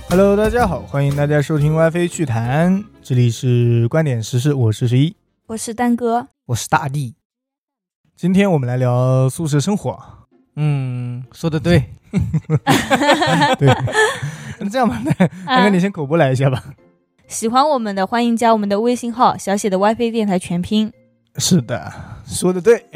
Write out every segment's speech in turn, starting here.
Hello， 大家好，欢迎大家收听 WiFi 趣谈，这里是观点时事，我是11， 我是丹哥， 我是大地。 今天我们来聊宿舍生活。 说的对。 对，那这样吧，丹哥你先口播来一下吧。 喜欢我们的欢迎加我们的微信号，小写的 WiFi 电台全拼。 是的，说的对。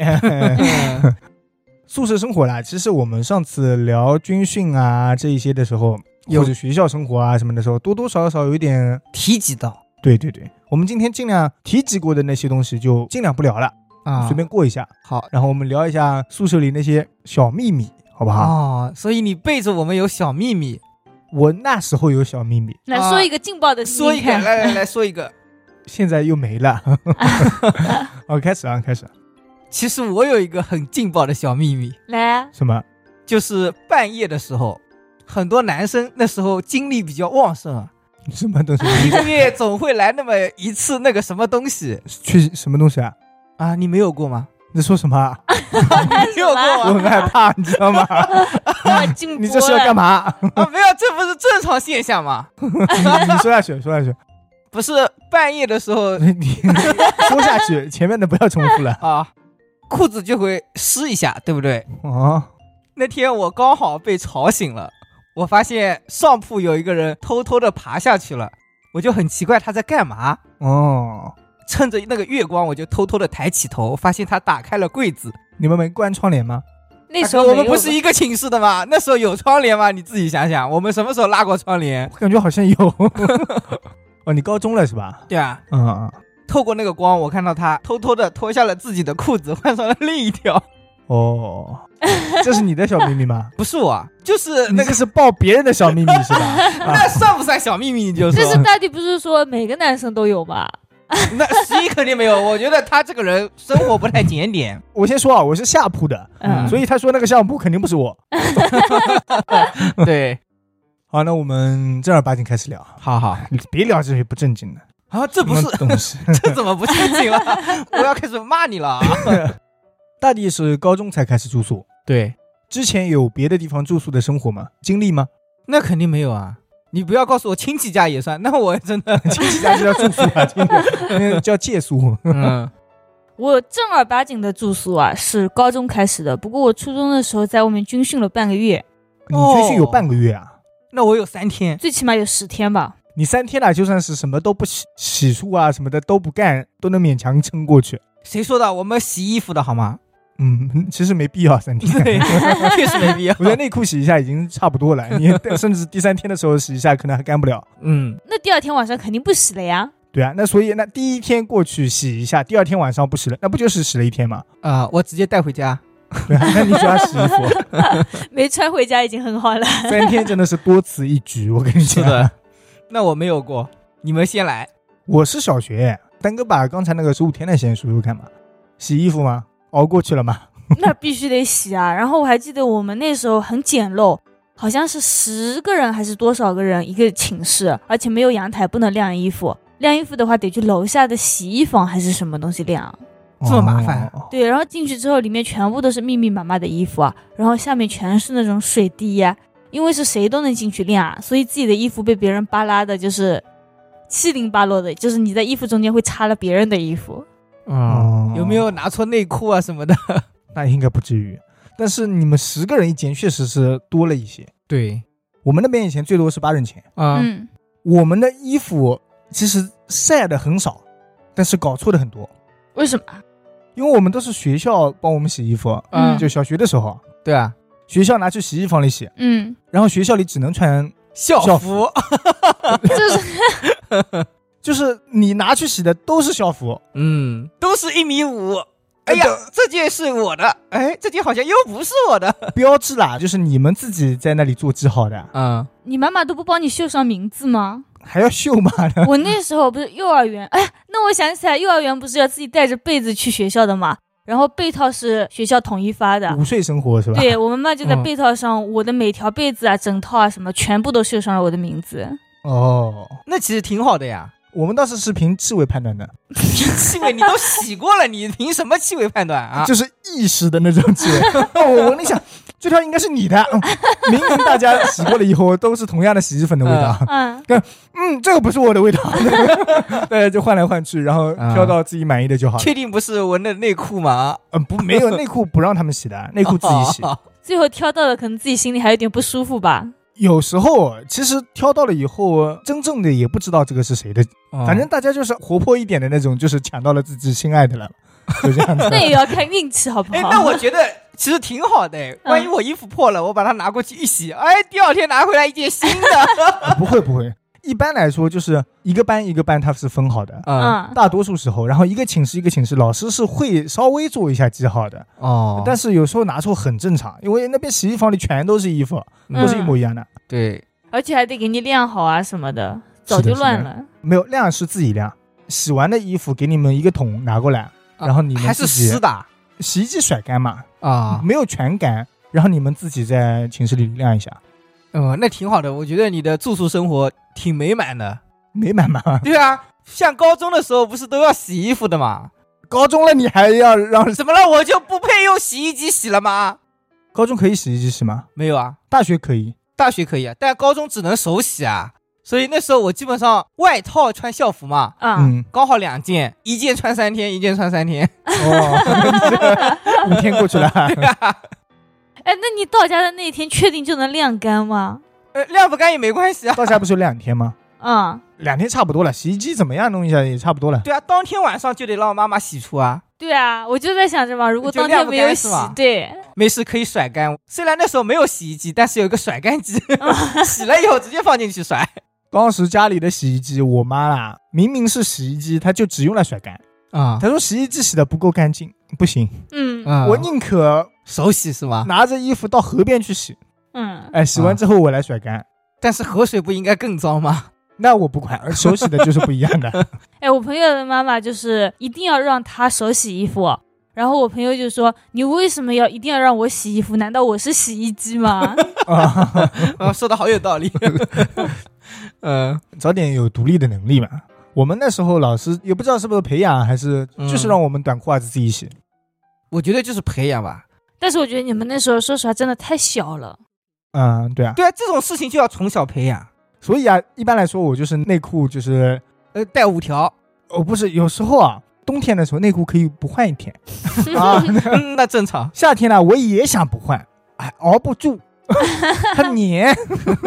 宿舍生活啦，其实我们上次聊军训啊这一些的时候，或者学校生活啊什么的时候，多多少少有一点提及到。 对，我们今天尽量提及过的那些东西就尽量不聊了啊，随便过一下。 好， 然后我们聊一下宿舍里那些小秘密，好不好？ 所以你背着我们有小秘密。 我那时候有小秘密。 来说一个劲爆的， 说一个，来说一个。 现在又没了。好，开始。 其实我有一个很劲爆的小秘密。 来啊。 什么？ 就是半夜的时候，很多男生那时候精力比较旺盛啊。 什么东西？ 一个月总会来那么一次那个什么东西。 去什么东西啊？ 啊，你没有过吗？ 你说什么啊？ 你有过吗？ 我很害怕，你知道吗？你这是要干嘛？ 啊，没有，这不是正常现象吗？ 你说下去。 不是半夜的时候， 你说下去，前面的不要重复了啊。裤子就会湿一下，对不对？ 哦。 那天我刚好被吵醒了，我发现上铺有一个人偷偷的爬下去了，我就很奇怪他在干嘛。 哦。 趁着那个月光，我就偷偷的抬起头，发现他打开了柜子。 你们没关窗帘吗？ 那时候我们不是一个寝室的吗？那时候有窗帘吗？你自己想想，我们什么时候拉过窗帘？ 我感觉好像有。哦，你高中了是吧？ 对啊。 透过那个光，我看到他偷偷的脱下了自己的裤子，换上了另一条。 哦，这是你的小秘密吗？ 不是我，就是那个是爆别人的小秘密是吧？ 那算不算小秘密？你就说。 这是大地不是说每个男生都有吧？ 那11肯定没有，我觉得他这个人生活不太检点。 我先说啊，我是下铺的，所以他说那个上铺肯定不是我。 对。 好，那我们正儿八经开始聊。 好， 别聊这些不正经的啊，这不是东西。 这怎么不正经了？我要开始骂你了。 大地是高中才开始住宿。 对。 之前有别的地方住宿的生活吗？经历吗？ 那肯定没有啊。你不要告诉我亲戚家也算，那我真的亲戚家就叫住宿啊，叫借宿。 我正儿八经的住宿啊是高中开始的，不过我初中的时候在外面军训了半个月。 你军训有半个月啊？ 那我有3天， 最起码有10天吧。 你3天了，就算是什么都不洗漱啊什么的都不干，都能勉强撑过去。 谁说的？我们洗衣服的好吗？ 其实没必要3天。 对，确实没必要。 我觉得内裤洗一下已经差不多了，你甚至第3天的时候洗一下可能还干不了。 那第2天晚上肯定不洗了呀。 对啊，那所以那第1天过去洗一下，第2天晚上不洗了，那不就是洗了1天吗？ 我直接带回家。 对啊，那你就要洗衣服。 没穿回家已经很好了。 3天真的是多此一举，我跟你讲。 是的。那我没有过，你们先来。 我是小学，丹哥把刚才那个15天的先说说看吧。洗衣服吗？熬过去了吗？ 那必须得洗啊。然后我还记得我们那时候很简陋，好像是10个人还是多少个人一个寝室，而且没有阳台，不能晾衣服。晾衣服的话得去楼下的洗衣房还是什么东西晾。 这么麻烦。 对，然后进去之后里面全部都是密密麻麻的衣服啊，然后下面全是那种水滴呀。因为是谁都能进去晾，所以自己的衣服被别人扒拉的就是七零八落的，就是你在衣服中间会插了别人的衣服。 有没有拿错内裤啊什么的？ 那应该不至于，但是你们10个人一间确实是多了一些。 对， 我们那边以前最多是8人间。我们的衣服其实晒的很少，但是搞错的很多。 为什么？ 因为我们都是学校帮我们洗衣服。就小学的时候。 对啊， 学校拿去洗衣房里洗。然后学校里只能穿校服。 就是你拿去洗的都是校服。 都是1.5米。哎呀，这件是我的，哎，这件好像又不是我的。 标志啦，就是你们自己在那里做记号的。 你妈妈都不帮你绣上名字吗？ 还要绣吗？ 我那时候不是幼儿园，那我想起来，幼儿园不是要自己带着被子去学校的吗？然后被套是学校统一发的。 午睡生活是吧？ 对，我妈妈就在被套上，我的每条被子啊、枕套啊什么，全部都绣上了我的名字。 那其实挺好的呀。 我们当时是凭气味判断的。 凭气味？你都洗过了，你凭什么气味判断啊？ 就是意识的那种气味。我闻了一下，这条应该是你的。明明大家洗过了以后都是同样的洗衣粉的味道。这个不是我的味道。大家就换来换去，然后挑到自己满意的就好了。 确定不是闻的内裤吗？ 不，没有，内裤不让他们洗的，内裤自己洗。 最后挑到了，可能自己心里还有点不舒服吧。 有时候其实挑到了以后，真正的也不知道这个是谁的，反正大家就是活泼一点的那种，就是抢到了自己心爱的了，就这样子。 那也要看运气，好不好？ 那我觉得其实挺好的。万一我衣服破了，我把它拿过去一洗，第二天拿回来一件新的。 不会。一般来说就是一个班一个班它是分好的，大多数时候，然后一个寝室一个寝室，老师是会稍微做一下记号的。但是有时候拿错很正常，因为那边洗衣房里全都是衣服，都是一模一样的。 对， 而且还得给你晾好啊什么的，早就乱了。 没有晾是自己晾，洗完的衣服给你们一个桶拿过来，然后你们还是湿的， 洗衣机甩干嘛，没有全干，然后你们自己在寝室里晾一下。 那挺好的，我觉得你的住宿生活挺美满的。 美满吗？ 对啊，像高中的时候不是都要洗衣服的吗？ 高中了你还要让怎么了？我就不配用洗衣机洗了吗？ 高中可以洗衣机洗吗？ 没有啊。 大学可以。 大学可以啊，但高中只能手洗啊。所以那时候我基本上外套穿校服嘛，刚好2件，一件穿3天，一件穿3天。 5天过去了。 对啊。 那你到家的那天确定就能晾干吗？ 晾不干也没关系啊。 到家不是有2天吗？2天差不多了，洗衣机怎么样弄一下也差不多了。 对啊，当天晚上就得让妈妈洗出啊。 对啊，我就在想着嘛，如果当天没有洗，对， 没事可以甩干。虽然那时候没有洗衣机，但是有一个甩干机，洗了以后直接放进去甩。 当时家里的洗衣机，我妈啦，明明是洗衣机，她就只用来甩干她说洗衣机洗的不够干净，不行。我宁可手洗是吗？ 拿着衣服到河边去洗。洗完之后我来甩干。 但是河水不应该更脏吗？ 那我不管，手洗的就是不一样的。 我朋友的妈妈就是一定要让她手洗衣服，然后我朋友就说：“你为什么一定要让我洗衣服？难道我是洗衣机吗？” 说的好有道理。 早点有独立的能力嘛。我们那时候老师也不知道是不是培养，还是就是让我们短裤袜子自己洗。 我觉得就是培养吧。 但是我觉得你们那时候说实话真的太小了。 对啊， 这种事情就要从小培养。 所以一般来说我就是内裤就是带5条。 不是，有时候冬天的时候内裤可以不换1天那正常。 夏天呢我也想不换，熬不住，它黏。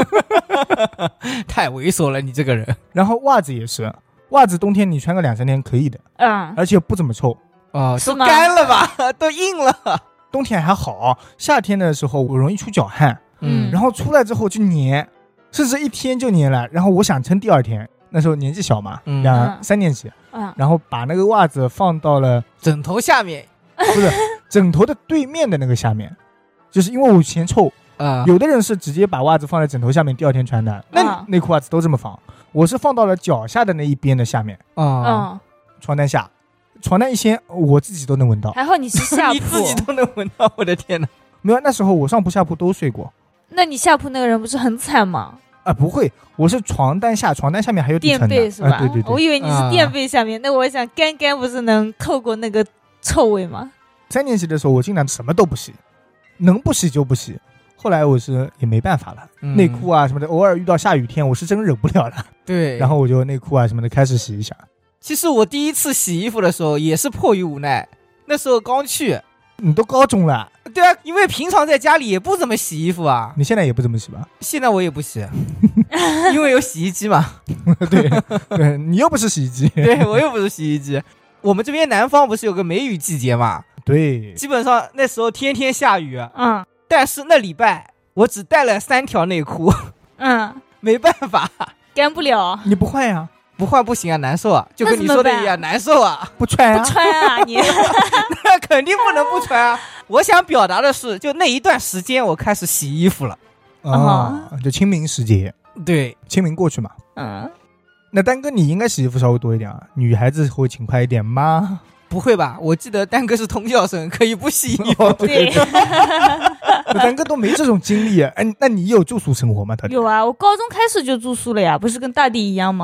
太猥琐了你这个人。 然后袜子也是，袜子冬天你穿个2-3天可以的，而且不怎么臭。 都干了吧，都硬了。 冬天还好，夏天的时候我容易出脚汗，然后出来之后就黏，甚至1天就黏了。然后我想撑第2天，那时候年纪小嘛，3年级，然后把那个袜子放到了枕头下面， 不是枕头的对面的那个下面，就是因为我嫌臭。有的人是直接把袜子放在枕头下面第2天穿的，那内裤袜子都这么放。我是放到了脚下的那一边的下面，床单下，床单一掀我自己都能闻到。 还好你是下铺。 你自己都能闻到，我的天哪。 没有，那时候我上铺下铺都睡过。 那你下铺那个人不是很惨吗？ 不会，我是床单下，床单下面还有底层的垫被是吧？ 对， 我以为你是垫被下面。那我想干不是能透过那个臭味吗 ？3年级的时候我尽量什么都不洗，能不洗就不洗。后来我是也没办法了，内裤什么的偶尔遇到下雨天我是真忍不了了。 对， 然后我就内裤什么的开始洗一下。 其实我第一次洗衣服的时候也是迫于无奈，那时候刚去。 你都高中了？ 对啊，因为平常在家里也不怎么洗衣服啊。 你现在也不怎么洗吧？ 现在我也不洗。因为有洗衣机嘛。 对，你又不是洗衣机。 对，我又不是洗衣机。我们这边南方不是有个梅雨季节嘛？ 对， 基本上那时候天天下雨。但是那礼拜我只带了3条内裤。没办法， 干不了。 你不换呀？ 不换不行啊，难受啊，就跟你说的一样，难受啊。 不穿啊？ 不穿啊你。 那肯定不能不穿啊。我想表达的是，就那一段时间我开始洗衣服了。 就清明时节。 对， 清明过去嘛。那丹哥你应该洗衣服稍微多一点啊，女孩子会勤快一点吗？ 不会吧，我记得丹哥是通校生，可以不洗衣服。 对。 丹哥都没这种经历。那你有住宿生活吗？ 有啊，我高中开始就住宿了呀，不是跟大地一样吗？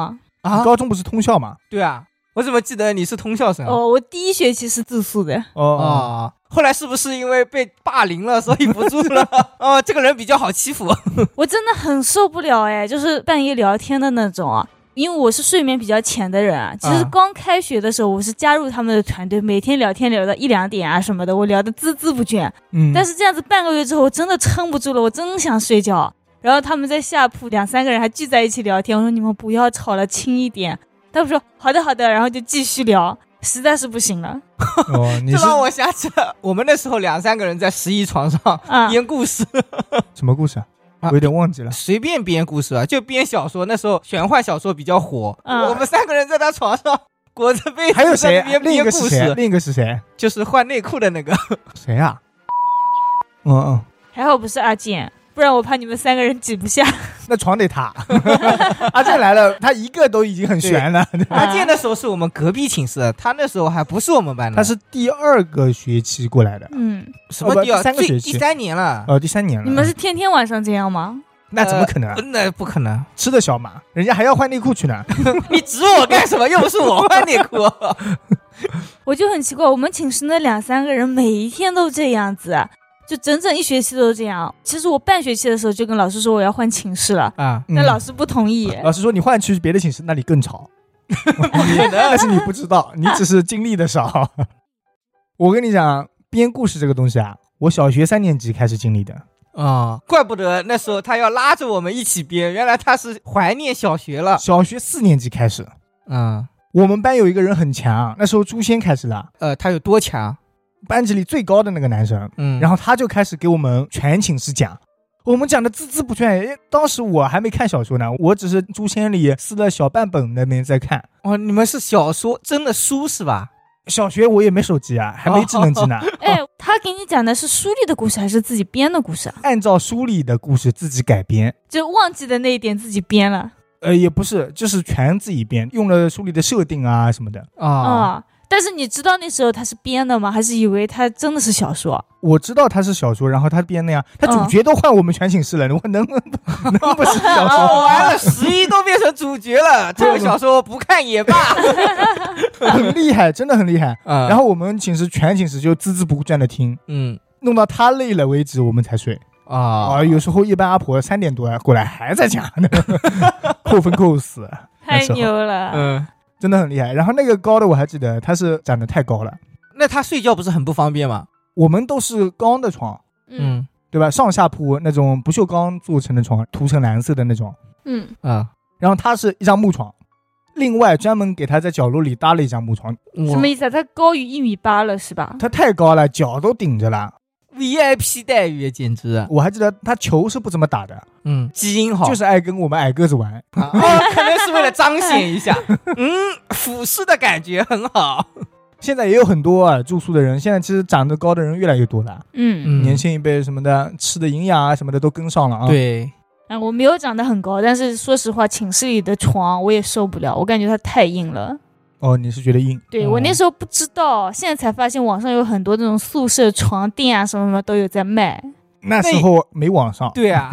啊，高中不是通校吗？ 对啊，我怎么记得你是通校生？ 我第一学期是住宿的。 后来是不是因为被霸凌了，所以不住了？这个人比较好欺负。 我真的很受不了就是半夜聊天的那种啊。因为我是睡眠比较浅的人啊，其实刚开学的时候我是加入他们的团队，每天聊天聊到1-2点啊什么的，我聊得孜孜不倦。但是这样子半个月之后，我真的撑不住了，我真想睡觉。然后他们在下铺2-3个人还聚在一起聊天，我说你们不要吵了，轻一点。他们说好的好的，然后就继续聊，实在是不行了。 这让我想起了我们那时候2-3个人在11床上编故事。 什么故事啊？我有点忘记了， 随便编故事啊，就编小说。那时候玄幻小说比较火，我们3个人在他床上裹着被子， 还有谁？ 编故事。 另一个是谁？ 就是换内裤的那个。 谁啊？ 还好不是阿健，不然我怕你们3个人挤不下。 那床得塌。阿健来了，他一个都已经很悬了。 阿健那时候是我们隔壁寝室，他那时候还不是我们班的， 他是第2个学期过来的。 什么第 3个学期？ 第3年了。 第3年了。 你们是天天晚上这样吗？ 那怎么可能？ 那不可能， 吃的小嘛，人家还要换内裤去呢。 你指我干什么？又不是我换内裤。 我就很奇怪，我们寝室那2-3个人每一天都这样子，就整整1学期都这样。其实我半学期的时候就跟老师说我要换寝室了但老师不同意。 老师说你换去别的寝室，那里更吵。但是你不知道，你只是经历的少。我跟你讲，编故事这个东西啊，我小学3年级开始经历的。 怪不得那时候他要拉着我们一起编，原来他是怀念小学了。 小学4年级开始。我们班有一个人很强，那时候诛仙开始了。 他有多强？ 班级里最高的那个男生。然后他就开始给我们全寝室讲，我们讲的孜孜不倦。当时我还没看小说呢，我只是诛仙里撕了小半本那边在看。 你们是小说真的书是吧？ 小学我也没手机啊，还没智能机呢。 他给你讲的是书里的故事还是自己编的故事啊？ 按照书里的故事自己改编， 就忘记的那一点自己编了。 也不是，就是全自己编，用了书里的设定啊什么的。 但是你知道那时候他是编的吗？还是以为他真的是小说？ 我知道他是小说，然后他编的呀。他主角都换我们全寝室了，我能不是小说？ 完了，11都变成主角了，这个小说不看也罢。 很厉害，真的很厉害。然后我们全寝室就孜孜不倦的听，弄到他累了为止，我们才睡。有时候一般阿婆3点多过来还在讲呢，扣分扣死， 太牛了。 真的很厉害。然后那个高的我还记得，他是长得太高了。 那他睡觉不是很不方便吗？ 我们都是钢的床，对吧？上下铺那种不锈钢做成的床，涂成蓝色的那种。然后他是一张木床，另外专门给他在角落里搭了一张木床。 什么意思啊？他高于1.8米了是吧？ 他太高了，脚都顶着了。 VIP 待遇简直。 我还记得他球是不怎么打的， 基因好， 就是爱跟我们矮个子玩。 可能是为了彰显一下，俯视的感觉很好。 现在也有很多住宿的人，现在其实长得高的人越来越多了。年轻一辈什么的，吃的营养啊什么的都跟上了啊。 对。 我没有长得很高，但是说实话，寝室里的床我也受不了，我感觉它太硬了。 你是觉得硬？ 对，我那时候不知道，现在才发现网上有很多这种宿舍床垫啊什么都有在卖。 那时候没网上。 对啊。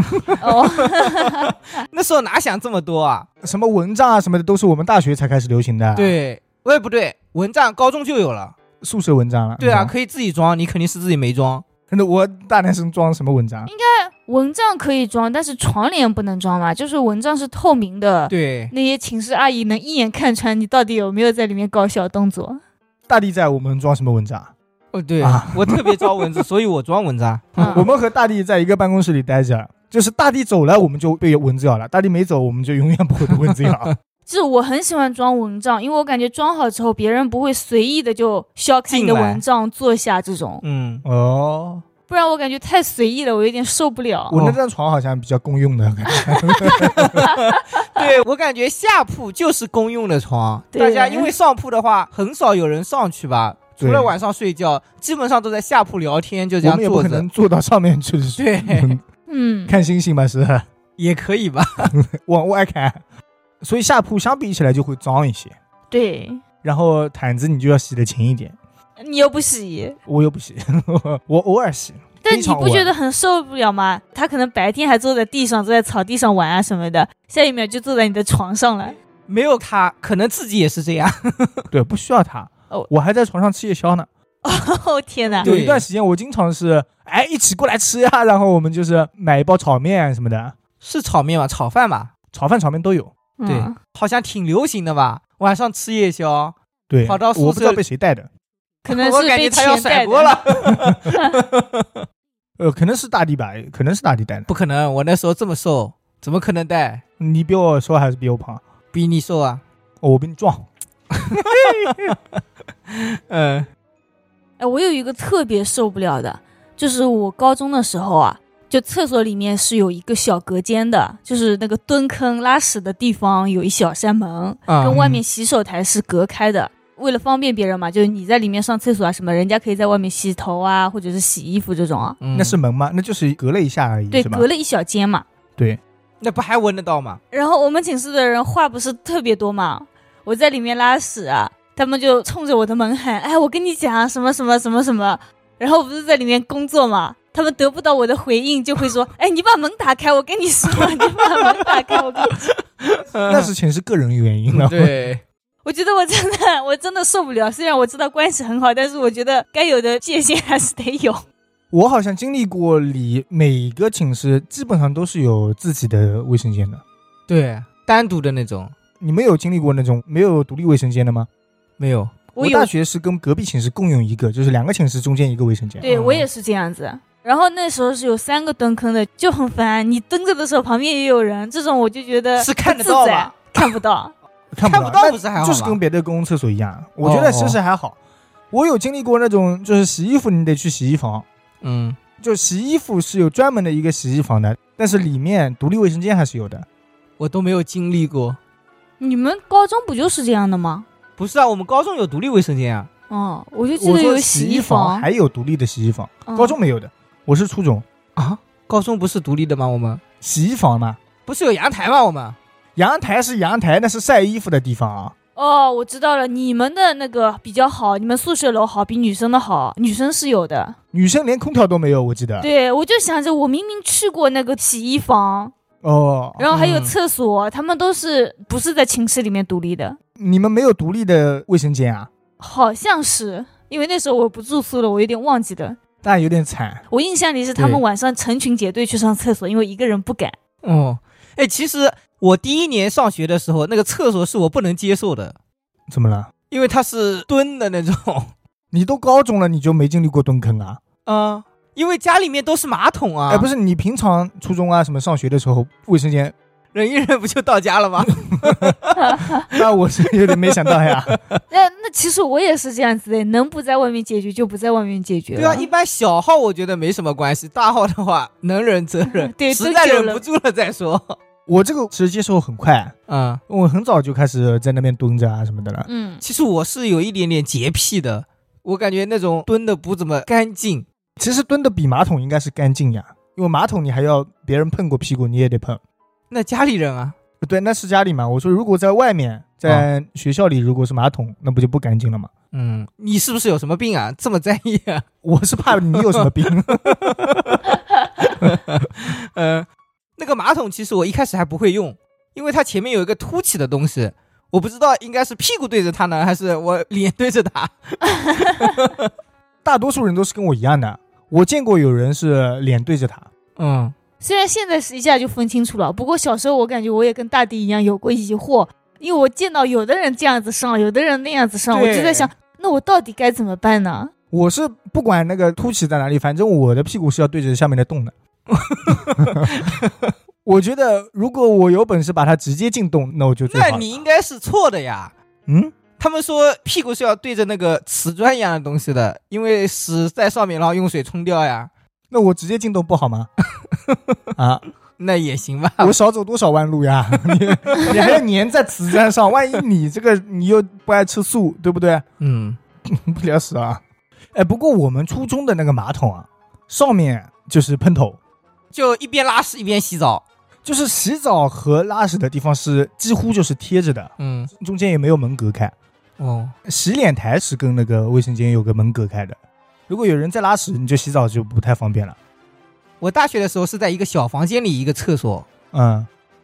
那时候哪想这么多啊？ 什么蚊帐啊什么的都是我们大学才开始流行的。 对，不对，蚊帐高中就有了， 宿舍蚊帐了。 对啊，可以自己装，你肯定是自己没装。 那我大男生装什么蚊帐？ 应该蚊帐可以装，但是床帘不能装嘛，就是蚊帐是透明的。 对， 那些寝室阿姨能一眼看穿你到底有没有在里面搞小动作。 大地在，我们装什么蚊帐？ 对我特别招蚊子，所以我装蚊帐。 我们和大地在一个办公室里待着，就是大地走了我们就被蚊子咬了，大地没走我们就永远不会被蚊子咬。 就是我很喜欢装蚊帐，因为我感觉装好之后别人不会随意的就削开你的蚊帐坐下这种。不然我感觉太随意了，我有点受不了。 我那张床好像比较公用的感觉。 对，我感觉下铺就是公用的床，大家因为上铺的话很少有人上去吧，除了晚上睡觉基本上都在下铺聊天，就这样坐着。 我们也不可能坐到上面去。 对。 看星星吧，是也可以吧。 往外看。所以下铺相比起来就会脏一些。 对。 然后毯子你就要洗得勤一点。 你又不洗？ 我又不洗。我偶尔洗。 但你不觉得很受不了吗？他可能白天还坐在地上，坐在草地上玩啊什么的，下一秒就坐在你的床上了。 没有他，可能自己也是这样。 对，不需要他。我还在床上吃夜宵呢。 哦天哪！ 有一段时间我经常是一起过来吃呀，然后我们就是买一包炒面什么的。 是炒面吗？炒饭吧？ 炒饭、炒面都有。 对，好像挺流行的吧？晚上吃夜宵。 对， 跑到宿舍， 我不知道被谁带的。 可能是被他要甩锅了。 可能是大地吧，可能是大地带的。 不可能，我那时候这么瘦，怎么可能带？ 你比我瘦还是比我胖？ 比你瘦啊。 我比你壮。 我有一个特别受不了的，就是我高中的时候啊，就厕所里面是有一个小隔间的，就是那个蹲坑拉屎的地方有一小扇门，跟外面洗手台是隔开的。为了方便别人嘛，就是你在里面上厕所啊什么，人家可以在外面洗头啊，或者是洗衣服这种啊。 那是门吗？那就是隔了一下而已。 对，隔了一小间嘛。 对， 那不还闻得到吗？ 然后我们寝室的人话不是特别多嘛，我在里面拉屎啊，他们就冲着我的门喊：“哎，我跟你讲什么什么什么什么。”然后我不是在里面工作嘛，他们得不到我的回应，就会说：“哎，你把门打开，我跟你说，你把门打开，我跟你说。” 那是全是个人原因了。 对。 我觉得我真的受不了，虽然我知道关系很好，但是我觉得该有的界限还是得有。 我好像经历过每个寝室基本上都是有自己的卫生间的。 对，单独的那种。 你们有经历过那种没有独立卫生间的吗？ 没有。 我大学是跟隔壁寝室共用一个，就是2个寝室中间一个卫生间。 对，我也是这样子。然后那时候是有3个蹲坑的，就很烦，你蹲着的时候旁边也有人，这种我就觉得是看得到吧？ 看不到。 看不到不是还好吗？ 就是跟别的公共厕所一样。我觉得其实还好。我有经历过那种，就是洗衣服你得去洗衣房，就洗衣服是有专门的一个洗衣房的，但是里面独立卫生间还是有的。 我都没有经历过。 你们高中不就是这样的吗？ 不是啊，我们高中有独立卫生间啊。我就记得有洗衣房，还有独立的洗衣房。高中没有的，我是初中啊。高中不是独立的吗？我们洗衣房嘛， 不是有阳台吗？我们阳台是阳台，那是晒衣服的地方啊。 哦，我知道了，你们的那个比较好，你们宿舍楼好，比女生的好，女生是有的， 女生连空调都没有，我记得。 对，我就想着我明明去过那个洗衣房然后还有厕所，他们都是不是在寝室里面独立的？ 你们没有独立的卫生间啊？ 好像是，因为那时候我不住宿了，我有点忘记了。 但有点惨。 我印象里是他们晚上成群结队去上厕所，因为一个人不敢。 其实我第1年上学的时候，那个厕所是我不能接受的。 怎么了？ 因为它是蹲的那种。 你都高中了，你就没经历过蹲坑啊？ 因为家里面都是马桶啊。 不是你平常初中啊什么上学的时候，卫生间忍一忍不就到家了吗？ 那我是有点没想到呀。 那其实我也是这样子的，能不在外面解决就不在外面解决。 对啊，一般小号我觉得没什么关系，大号的话能忍则忍， 对， 实在忍不住了再说。 我这个其实接受很快，我很早就开始在那边蹲着啊什么的了。 其实我是有一点点洁癖的，我感觉那种蹲的不怎么干净。 其实蹲的比马桶应该是干净呀，因为马桶你还要别人碰过屁股你也得碰。 那家里人啊？ 对，那是家里嘛。我说如果在外面，在学校里，如果是马桶，那不就不干净了吗？ 你是不是有什么病啊？这么在意啊？ 我是怕你有什么病。 那个马桶其实我一开始还不会用，因为它前面有一个凸起的东西，我不知道应该是屁股对着它呢，还是我脸对着它。 大多数人都是跟我一样的，我见过有人是脸对着它。 虽然现在是一下就分清楚了，不过小时候我感觉我也跟大地一样有过疑惑，因为我见到有的人这样子上，有的人那样子上，我就在想，那我到底该怎么办呢？ 我是不管那个凸起在哪里，反正我的屁股是要对着下面的洞的。我觉得如果我有本事把它直接进洞，那我就最好了。 那你应该是错的呀。他们说屁股是要对着那个瓷砖一样的东西的，因为屎在上面，然后用水冲掉呀。 那我直接进洞不好吗？ 那也行吧。 我少走多少弯路呀？你还要粘在瓷砖上，万一你又不爱吃素，对不对？不了屎啊。不过我们初中的那个马桶啊，上面就是喷头， 就一边拉屎一边洗澡， 就是洗澡和拉屎的地方是几乎就是贴着的，中间也没有门隔开。洗脸台是跟那个卫生间有个门隔开的，如果有人在拉屎，你就洗澡就不太方便了。 我大学的时候是在一个小房间里一个厕所，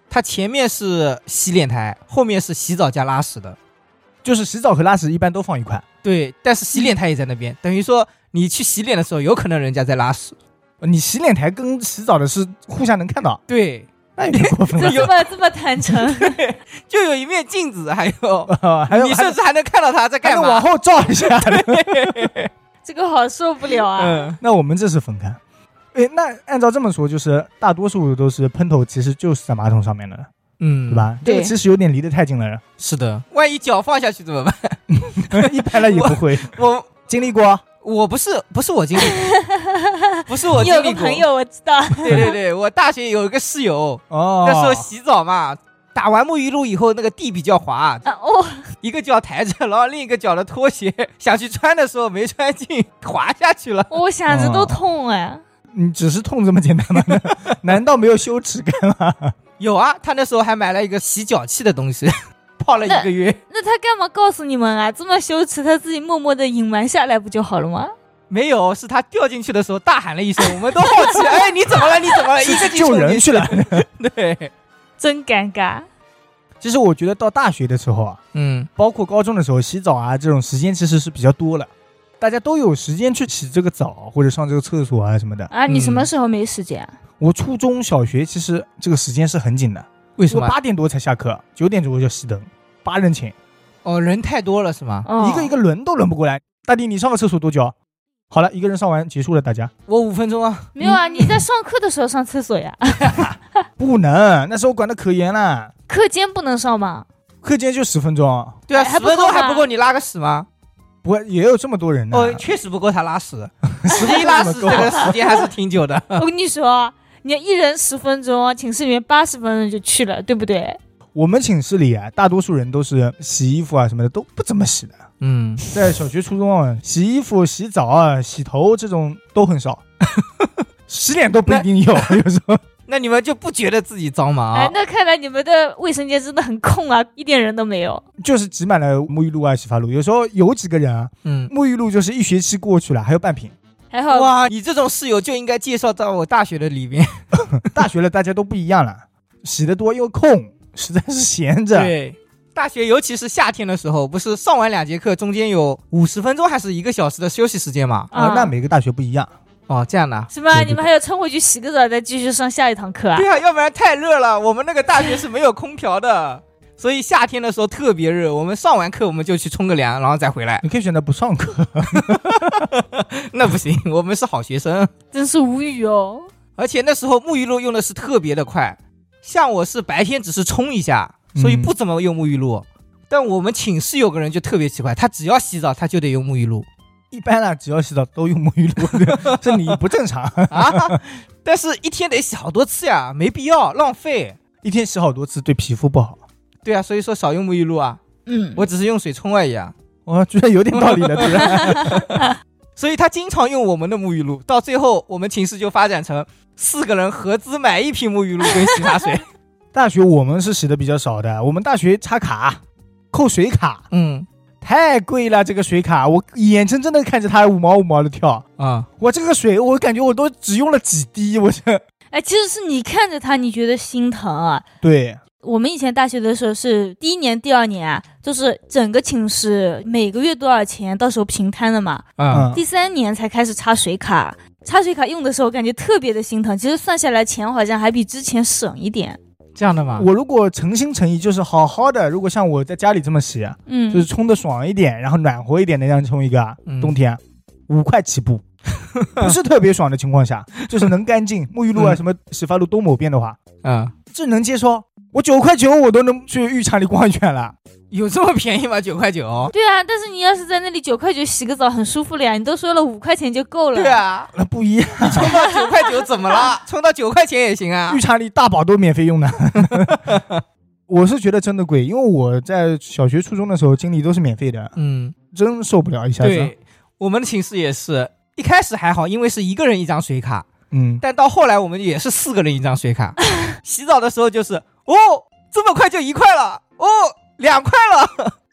它前面是洗脸台，后面是洗澡加拉屎的， 就是洗澡和拉屎一般都放一块。 对，但是洗脸台也在那边，等于说你去洗脸的时候，有可能人家在拉屎。 你洗脸台跟洗澡的是互相能看到。 对， 那有点过分了。 这么坦诚。 对，就有一面镜子，还有你甚至还能看到他在干嘛， 还能往后照一下。 这个好受不了啊。 那我们这是分开。那按照这么说，就是大多数都是喷头，其实就是在马桶上面的，对吧？ 对， 这个其实有点离得太近了。 是的，万一脚放下去怎么办？ 一般了也不会。 我经历过， 我不是我经历过，不是我经历过。 你有个朋友我知道。 对，我大学有一个室友，那时候洗澡嘛，打完沐浴露以后，那个地比较滑，一个脚抬着，然后另一个脚的拖鞋想去穿的时候没穿进，滑下去了。 我想着都痛哎。 你只是痛这么简单吗？难道没有羞耻感吗？ 有啊，他那时候还买了一个洗脚器的东西，泡了1个月。 那他干嘛告诉你们啊？这么羞耻，他自己默默的隐瞒下来不就好了吗？ 没有，是他掉进去的时候大喊了一声，我们都好奇，哎，你怎么了？你怎么了？一个救人去了。 对， 真尴尬。 其实我觉得到大学的时候啊，包括高中的时候，洗澡啊这种时间其实是比较多了。大家都有时间去洗这个澡或者上这个厕所啊什么的啊。你什么时候没时间啊？ 我初中小学其实这个时间是很紧的。 为什么？ 8点多才下课，9点钟就熄灯，8人寝。 人太多了是吗？ 一个一个轮都轮不过来。大弟，你上个厕所多久？好了，一个人上完结束了，大家。 我5分钟啊。 没有啊，你在上课的时候上厕所呀？ 不能，那时候管得可严了。 课间不能上吗？ 课间就10分钟。 对啊，10分钟还不够你拉个屎吗？ 不，也有这么多人呢。 确实不够他拉屎。实际拉屎这个时间还是挺久的。 我跟你说，你一人10分钟，寝室里面80分钟就去了，对不对？ 我们寝室里啊，大多数人都是洗衣服啊什么的都不怎么洗的。在小学初中啊，洗衣服、洗澡啊、洗头这种都很少，洗脸都不一定有时候。 那你们就不觉得自己脏吗？ 那看来你们的卫生间真的很空啊，一点人都没有。 就是挤满了沐浴露啊、洗发露，有时候有几个人啊，沐浴露就是1学期过去了还有半瓶。 还好哇，你这种室友就应该介绍到我大学的里面。 大学了大家都不一样了，洗得多又空，实在是闲着。 对，大学尤其是夏天的时候，不是上完2节课中间有50分钟还是1个小时的休息时间吗？ 那每个大学不一样。 这样的是吗？你们还要冲回去洗个澡再继续上下一堂课啊？ 对啊，要不然太热了。我们那个大学是没有空调的，所以夏天的时候特别热。我们上完课我们就去冲个凉，然后再回来。 你可以选择不上课。 那不行，我们是好学生。 真是无语哦。 而且那时候沐浴露用的是特别的快，像我是白天只是冲一下，所以不怎么用沐浴露。但我们寝室有个人就特别奇怪，他只要洗澡他就得用沐浴露。 一般啦，只要洗澡都用沐浴露，是你不正常啊！但是一天得洗好多次呀，没必要浪费。 一天洗好多次对皮肤不好。 对啊，所以说少用沐浴露啊。我只是用水冲而已啊。 我觉得有点道理了，突然。 所以他经常用我们的沐浴露，到最后我们寝室就发展成4个人合资买1瓶沐浴露跟洗发水。 大学我们是洗的比较少的，我们大学插卡，扣水卡。太贵了，这个水卡，我眼睁睁的看着它5毛5毛的跳啊！我这个水，我感觉我都只用了几滴，我这。 其实是你看着它，你觉得心疼啊。 对， 我们以前大学的时候是第1年、第2年啊，就是整个寝室每个月多少钱，到时候平摊的嘛。第3年才开始插水卡，插水卡用的时候感觉特别的心疼，其实算下来钱好像还比之前省一点。 这样的吗？ 我如果诚心诚意，就是好好的，如果像我在家里这么洗，就是冲的爽一点，然后暖和一点的这样冲一个，冬天5块起步，不是特别爽的情况下，就是能干净，沐浴露啊什么洗发露都抹遍的话，这能接受。我9块9我都能去浴场里逛一圈了。 有这么便宜吗？9块9？ 对啊，但是你要是在那里9块9洗个澡很舒服了呀，你都说了5块钱就够了。 对啊， 那不一样， 你冲到9块9怎么了？冲到9块钱也行啊。 浴场里大宝都免费用的。我是觉得真的贵，因为我在小学初中的时候经历都是免费的，真受不了一下子。 对，我们的寝室也是，一开始还好，因为是1个人1张水卡，但到后来我们也是4个人1张水卡。洗澡的时候就是这么快就1块了，2块了。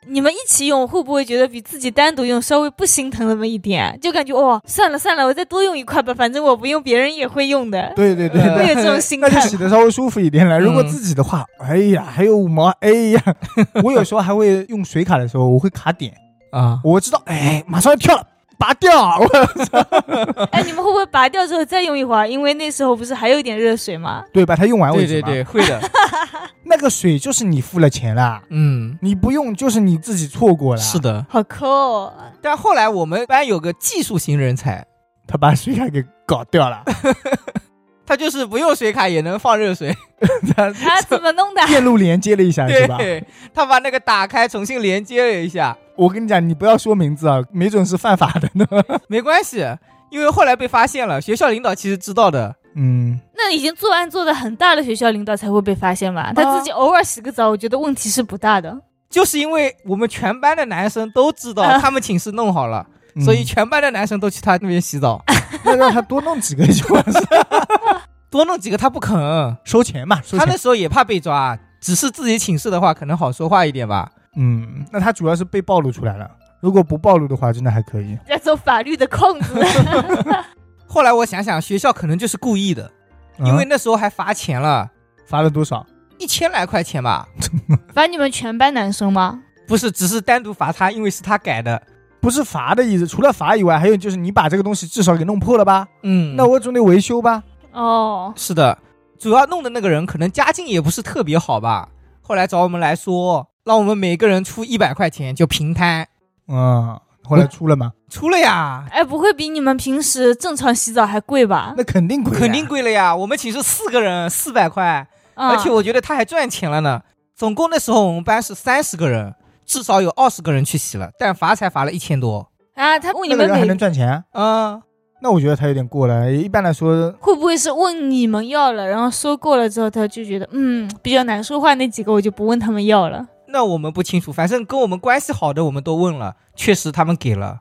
你们一起用会不会觉得比自己单独用稍微不心疼那么一点？就感觉算了，我再多用一块吧，反正我不用别人也会用的。 对对对， 会有这种心态。 那就洗得稍微舒服一点了。如果自己的话，哎呀，还有5毛，哎呀，我有时候还会用水卡的时候，我会卡点啊，我知道，哎，马上要跳了。拔掉！ 哎，你们会不会拔掉之后再用一会儿？因为那时候不是还有一点热水吗？ 对，把它用完为止。 对，会的。 那个水就是你付了钱了，你不用就是你自己错过了。 是的， 好抠哦。 但后来我们班有个技术型人才， 他把水卡给搞掉了。 他就是不用水卡也能放热水。 他怎么弄的？ 电路连接了一下是吧？ 对，他把那个打开重新连接了一下。 我跟你讲，你不要说名字啊，没准是犯法的呢。 没关系，因为后来被发现了，学校领导其实知道的。 那已经作案做的很大的学校领导才会被发现吧？他自己偶尔洗个澡，我觉得问题是不大的。 就是因为我们全班的男生都知道他们寝室弄好了，所以全班的男生都去他那边洗澡。 那让他多弄几个就完事。 多弄几个他不肯收钱嘛， 他那时候也怕被抓，只是自己寝室的话可能好说话一点吧。 那他主要是被暴露出来了，如果不暴露的话真的还可以。 在走法律的空子。 后来我想想，学校可能就是故意的，因为那时候还罚钱了。 罚了多少 ？1000来块钱吧。 罚你们全班男生吗？ 不是，只是单独罚他，因为是他改的。 不是罚的意思，除了罚以外，还有就是你把这个东西至少给弄破了吧？那我总得维修吧？ 是的，主要弄的那个人可能家境也不是特别好吧。后来找我们来说，让我们每个人出100块钱就平摊。 后来出了吗？ 出了呀。 哎，不会比你们平时正常洗澡还贵吧？ 那肯定贵， 肯定贵了呀。我们寝室4个人400块，而且我觉得他还赚钱了呢。总共那时候我们班是30个人，至少有20个人去洗了，但罚才罚了1000多啊。他问你们那个人还能赚钱？那我觉得他有点过了。一般来说， 会不会是问你们要了，然后收够了之后，他就觉得比较难说话那几个，我就不问他们要了。 那我们不清楚，反正跟我们关系好的我们都问了，确实他们给了。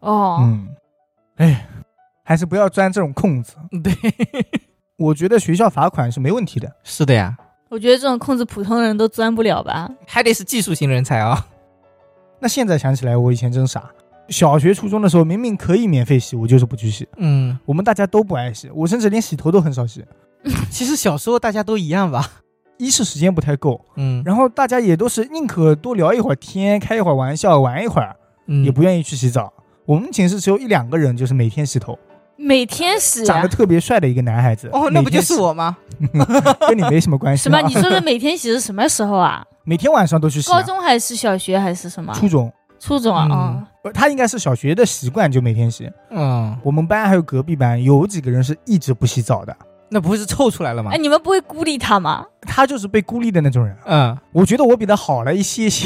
还是不要钻这种空子。 对， 我觉得学校罚款是没问题的。 是的呀， 我觉得这种空子普通人都钻不了吧， 还得是技术型人才啊。 那现在想起来，我以前真傻。小学初中的时候明明可以免费洗，我就是不去洗。我们大家都不爱洗，我甚至连洗头都很少洗。 其实小时候大家都一样吧， 一是时间不太够，然后大家也都是宁可多聊一会儿天，开一会儿玩笑，玩一会儿，也不愿意去洗澡。我们寝室只有1-2个人就是每天洗头， 每天洗， 长得特别帅的一个男孩子。 那不就是我吗？ 跟你没什么关系。 什么？你说的每天洗是什么时候啊？ 每天晚上都去洗。 高中还是小学还是什么？ 初中啊。 他应该是小学的习惯，就每天洗。我们班还有隔壁班有几个人是一直不洗澡的。 那不会是凑出来了吗？ 哎，你们不会孤立他吗？ 他就是被孤立的那种人。我觉得我比他好了一些些。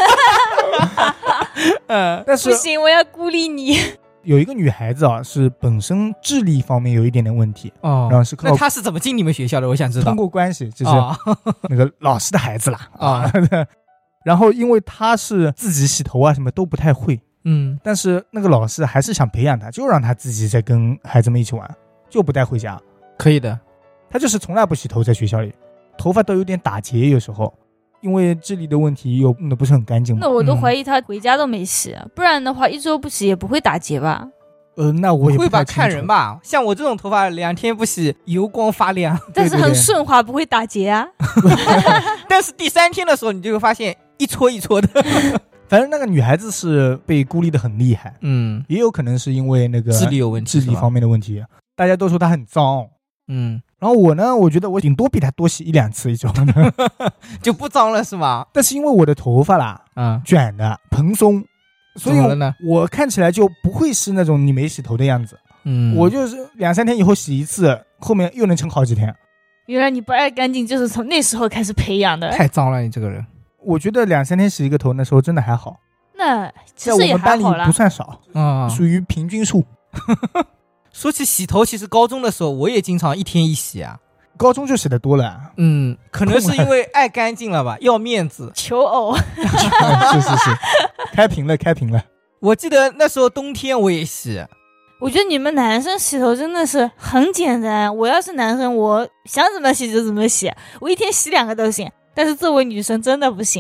但是不行，我要孤立你。 有一个女孩子啊，是本身智力方面有一点点问题然后是靠。 那她是怎么进你们学校的？我想知道。 通过关系，就是那个老师的孩子啦然后因为她是自己洗头啊什么都不太会，但是那个老师还是想培养她，就让她自己在跟孩子们一起玩，就不带回家。 可以的。 她就是从来不洗头，在学校里头发都有点打结，有时候因为智力的问题又弄得不是很干净嘛。 那我都怀疑他回家都没洗，不然的话1周不洗也不会打结吧。 那我也不会吧，看人吧。像我这种头发2天不洗油光发亮， 但是很顺滑，不会打结啊。 但是第3天的时候你就会发现一撮一撮的。 反正那个女孩子是被孤立的很厉害，也有可能是因为那个智力有问题， 智力方面的问题。大家都说她很脏，然后我呢，我觉得我顶多比她多洗1-2次一周就不脏了是吗？ 但是因为我的头发啦，卷的蓬松，所以我看起来就不会是那种你没洗头的样子。我就是2-3天以后洗一次，后面又能撑好几天。 原来你不爱干净就是从那时候开始培养的。 太脏了你这个人。 我觉得2-3天洗一个头，那时候真的还好。 那其实也还好啦， 在我们班里不算少属于平均数。 说起洗头，其实高中的时候我也经常1天1洗啊。 高中就洗得多了。 可能是因为爱干净了吧，要面子， 求偶。 是，开屏了。 我记得那时候冬天我也洗。 我觉得你们男生洗头真的是很简单，我要是男生，我想怎么洗就怎么洗，我1天洗2个都行。但是作为女生真的不行，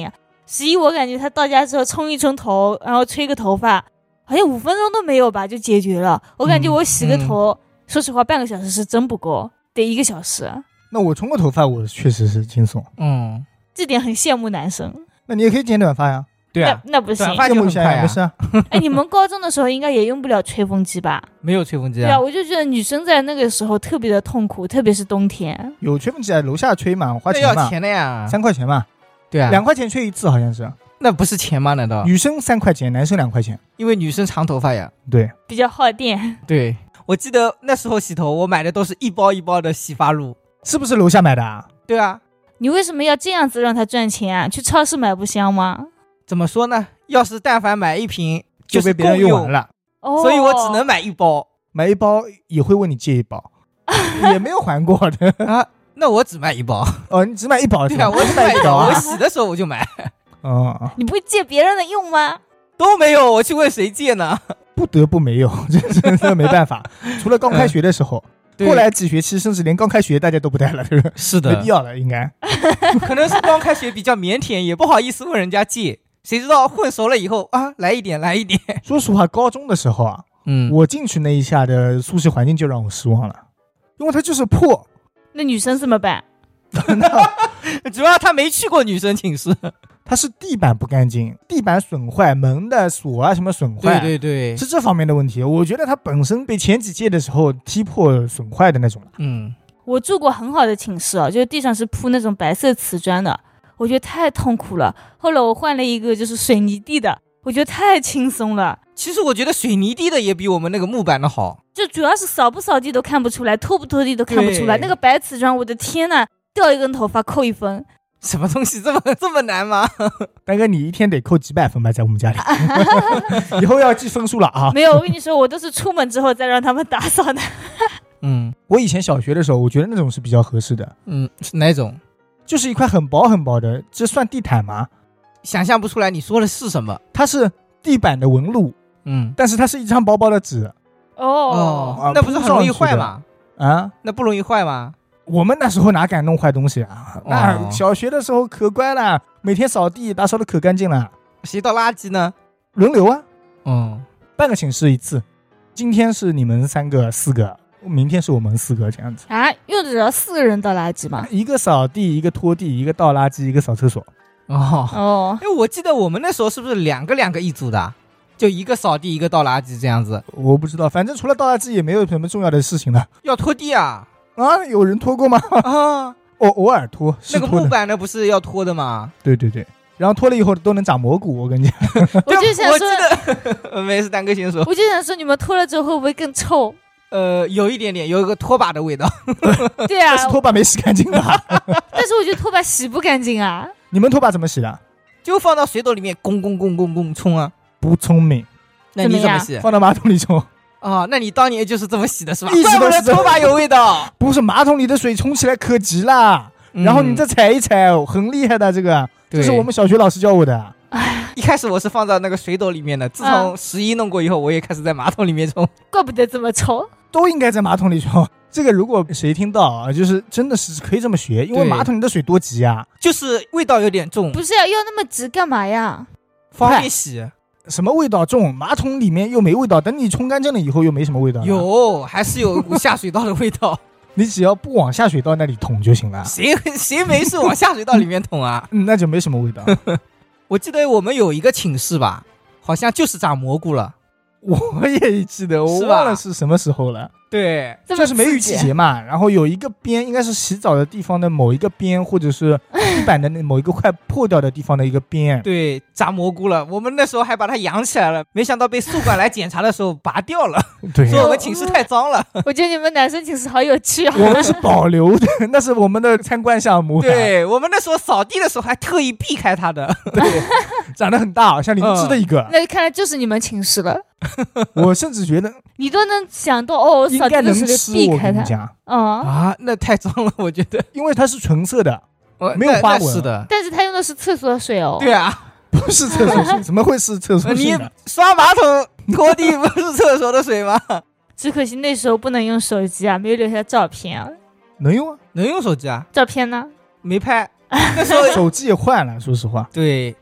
洗衣我感觉他到家之后冲一冲头，然后吹个头发，好像5分钟都没有吧就解决了。我感觉我洗个头，说实话半个小时是真不够，得1个小时。 那我冲个头发我确实是轻松， 这点很羡慕男生。 那你也可以剪短发呀。 对啊， 那不行， 短发就很快呀。 不是啊。 哎，你们高中的时候应该也用不了吹风机吧？ 没有吹风机啊。 对啊，我就觉得女生在那个时候特别的痛苦，特别是冬天。 有吹风机啊，楼下吹嘛，花钱嘛。 那要钱的呀 ，3块钱嘛。 对啊， 2块钱吹一次好像是。 那不是钱吗？难道？ 女生3块钱，男生2块钱。 因为女生长头发呀。 对， 比较耗电。 对，我记得那时候洗头，我买的都是一包一包的洗发露。 是不是楼下买的啊？ 对啊。 你为什么要这样子让他赚钱啊？去超市买不香吗？ 怎么说呢？要是但凡买1瓶就被别人用完了， 所以我只能买1包。 买1包也会问你借1包，也没有还过的啊。那我只买1包。 哦，你只买1包？ 对啊，我只买1包。我洗的时候我就买。 哦， 你不会借别人的用吗？ 都没有，我去问谁借呢？ 不得不没有，这真的没办法。除了刚开学的时候。后来几学期甚至连刚开学大家都不带了， 是的， 没必要了，应该。 可能是刚开学比较腼腆，也不好意思问人家借。谁知道混熟了以后啊，来一点。 说实话，高中的时候啊，我进去那一下的宿舍环境就让我失望了，因为它就是破。 那女生怎么办？ 主要他没去过女生寝室。 它是地板不干净，地板损坏，门的锁啊什么损坏， 对， 是这方面的问题。我觉得它本身被前几届的时候踢破损坏的那种。 我住过很好的寝室啊，就是地上是铺那种白色瓷砖的，我觉得太痛苦了。后来我换了一个就是水泥地的，我觉得太轻松了。 其实我觉得水泥地的也比我们那个木板的好， 就主要是扫不扫地都看不出来，拖不拖地都看不出来。那个白瓷砖，我的天哪，掉一根头发扣1分。 什么东西这么难吗？ 大哥，你一天得扣几百分吧，在我们家里。以后要记分数了啊！ 没有，我跟你说，我都是出门之后再让他们打扫的。 我以前小学的时候，我觉得那种是比较合适的。 是哪种？ 就是一块很薄很薄的，这算地毯吗？ 想象不出来你说的是什么。 它是地板的纹路，但是它是一张薄薄的纸。 那不是很容易坏吗？ 啊， 那不容易坏吗？ 我们那时候哪敢弄坏东西啊？那小学的时候可乖了，每天扫地打扫的可干净了。 谁倒垃圾呢？ 轮流啊。半个寝室一次。今天是你们3个4个，明天是我们4个这样子啊？用得着4个人倒垃圾吗？ 一个扫地，一个拖地，一个倒垃圾，一个扫厕所。 我记得我们那时候是不是2个一组的？就一个扫地，一个倒垃圾这样子。 我不知道，反正除了倒垃圾也没有什么重要的事情了。 要拖地啊？ 有人拖过吗？偶尔拖。 那个木板的不是要拖的吗？ 对，然后拖了以后都能长蘑菇，我跟你讲。 我就想说，没事，丹哥先说。 我就想说，你们拖了之后会不会更臭？ 有一点点，有一个拖把的味道。 对啊， 但是拖把没洗干净吧？ 但是我觉得拖把洗不干净啊。 你们拖把怎么洗的？ 就放到水斗里面，咣冲啊。 不聪明。 那你怎么洗？ 放到马桶里冲。 那你当年就是这么洗的是吧？ 一直都是拖把有味道。 不是，马桶里的水冲起来可急了，然后你再踩一踩，很厉害的。这个这是我们小学老师教我的。 一开始我是放在那个水斗里面的，自从11弄过以后，我也开始在马桶里面冲。 怪不得这么臭。 都应该在马桶里冲。这个如果谁听到啊，就是真的是可以这么学，因为马桶里的水多急啊， 就是味道有点重。 不是要那么急干嘛呀？ 方便洗。 什么味道重？马桶里面又没味道，等你冲干净了以后又没什么味道。 有，还是有一股下水道的味道。 你只要不往下水道那里捅就行了。 谁没事往下水道里面捅啊？ 那就没什么味道。 我记得我们有一个寝室吧，好像就是长蘑菇了。 我也记得，我忘了是什么时候了。 对， 就是梅雨季节嘛，然后有一个边应该是洗澡的地方的某一个边，或者是地板的某一个快破掉的地方的一个边。 对，长蘑菇了。我们那时候还把它养起来了，没想到被宿管来检查的时候拔掉了。 对， 说我们寝室太脏了。 我觉得你们男生寝室好有趣啊。 我们是保留的，那是我们的参观项目。 对，我们那时候扫地的时候还特意避开它的。 对，长得很大，像灵芝的一个。 那看来就是你们寝室了。 我甚至觉得你都能想到哦， 应该能吃。 避开它。 那太脏了，我觉得， 因为它是纯色的，没有花纹。 是的， 但是他用的是厕所水哦。 对啊， 不是厕所水，怎么会是厕所水呢？ 你刷马桶拖地不是厕所的水吗？ 只可惜那时候不能用手机啊，没有留下照片啊。 能用啊， 能用手机啊。 照片呢？ 没拍。那时候手机也换了，说实话。 对。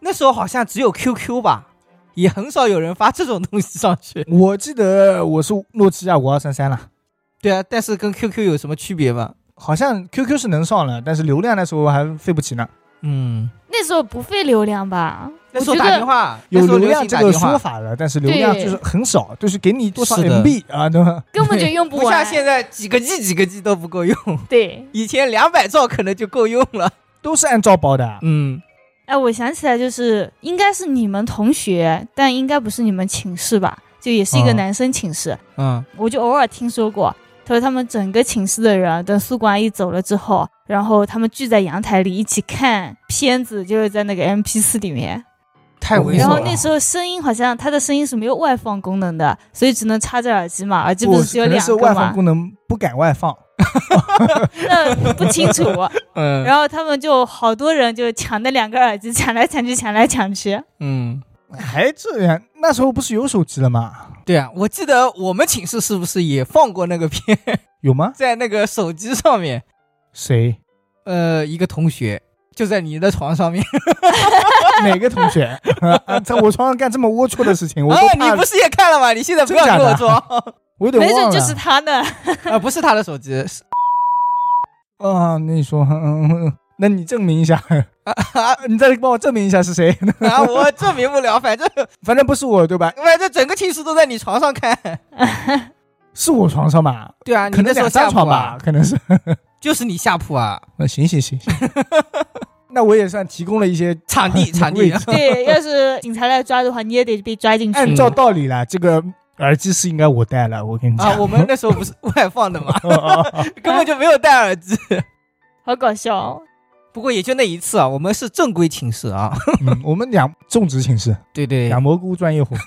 那时候好像只有 QQ 吧，也很少有人发这种东西上去。 我记得我是诺基亚5233了。 对啊，但是跟 QQ 有什么区别吗？ 好像 QQ 是能上了，但是流量那时候还费不起呢。 那时候不费流量吧？ 那时候打电话有流量这个说法的，但是流量就是很少，就是给你多少 MB 啊，对吧？ 根本就用不完， 不像现在几个 G 都不够用。 对， 以前200兆可能就够用了， 都是按照包的。 我想起来，就是应该是你们同学，但应该不是你们寝室吧？就也是一个男生寝室。我就偶尔听说过。他说他们整个寝室的人等宿管阿姨走了之后，然后他们聚在阳台里一起看片子，就是在那个 MP4 里面。 太猥琐了。 然后那时候声音好像他的声音是没有外放功能的，所以只能插着耳机嘛，耳机不是只有2个嘛？ 可能是外放功能不敢外放。 那不清楚。然后他们就好多人就抢那2个耳机，抢来抢去。 还这样？那时候不是有手机了吗？ 对啊，我记得我们寝室是不是也放过那个片？ 有吗？ 在那个手机上面。 谁？ 一个同学就在你的床上面。 哪个同学？在我床上干这么龌龊的事情，我都怕。 你不是也看了吗？你现在不要跟我装。 我有点忘了。 没准就是他呢。 不是他的手机。 那你说，那你证明一下。你再帮我证明一下是谁？ 我证明不了，反正不是我，对吧？ 反正整个寝室都在你床上看。 是我床上吧？ 对啊， 可能2张床吧，可能是。 就是你下铺啊。 那行。那我也算提供了一些场地。 对，要是警察来抓的话，你也得被抓进去。 按照道理啦，这个耳机是应该我戴了，我跟你讲。 我们那时候不是外放的吗？根本就没有戴耳机。 好搞笑。 不过也就那一次啊，我们是正规寝室啊。 我们种植寝室。对，养蘑菇专业户。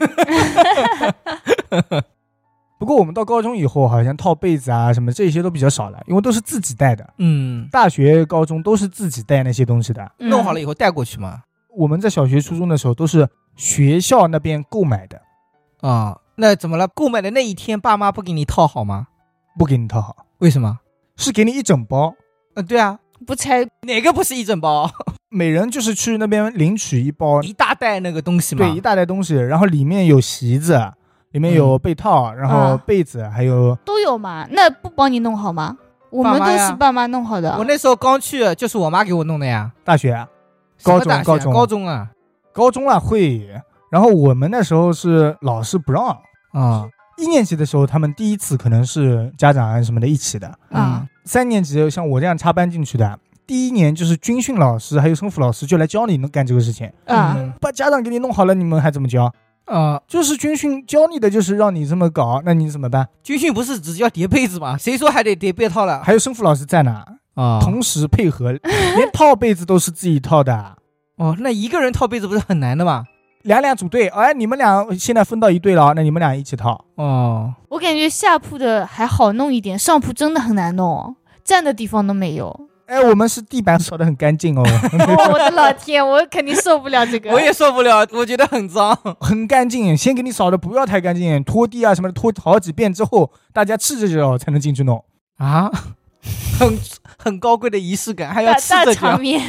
不过我们到高中以后，好像套被子啊什么这些都比较少了，因为都是自己带的。大学、高中都是自己带那些东西的。 弄好了以后带过去嘛。 我们在小学、初中的时候都是学校那边购买的。 那怎么了？购买的那一天，爸妈不给你套好吗？ 不给你套好。 为什么？ 是给你一整包。 对啊。 不拆哪个不是一整包？ 每人就是去那边领取一包， 一大袋那个东西嘛。 对，一大袋东西，然后里面有席子，里面有被套，然后被子，还有都有嘛。那不帮你弄好吗？我们都是爸妈弄好的。 我那时候刚去，就是我妈给我弄的呀。 大学啊？高中啊？高中啊会。然后我们那时候是老师不让1年级的时候，他们第一次可能是家长啊什么的一起的。3年级像我这样插班进去的，第1年就是军训老师还有生辅老师就来教你干这个事情。把家长给你弄好了，你们还怎么教？就是军训教你的就是让你这么搞，那你怎么办？ 军训不是只要叠被子吗？谁说还得叠被套了？ 还有生辅老师在呢。同时配合，连套被子都是自己套的。 那一个人套被子不是很难的吗 ？2组队，你们俩现在分到一队了，那你们俩一起套。 我感觉下铺的还好弄一点，上铺真的很难弄，站的地方都没有。 我们是地板扫得很干净哦。 我的老天，我肯定受不了这个。 我也受不了，我觉得很脏。 很干净，先给你扫的不要太干净，拖地啊什么的拖好几遍之后，大家赤着脚才能进去弄。 很高贵的仪式感，还要赤着脚。 大场面。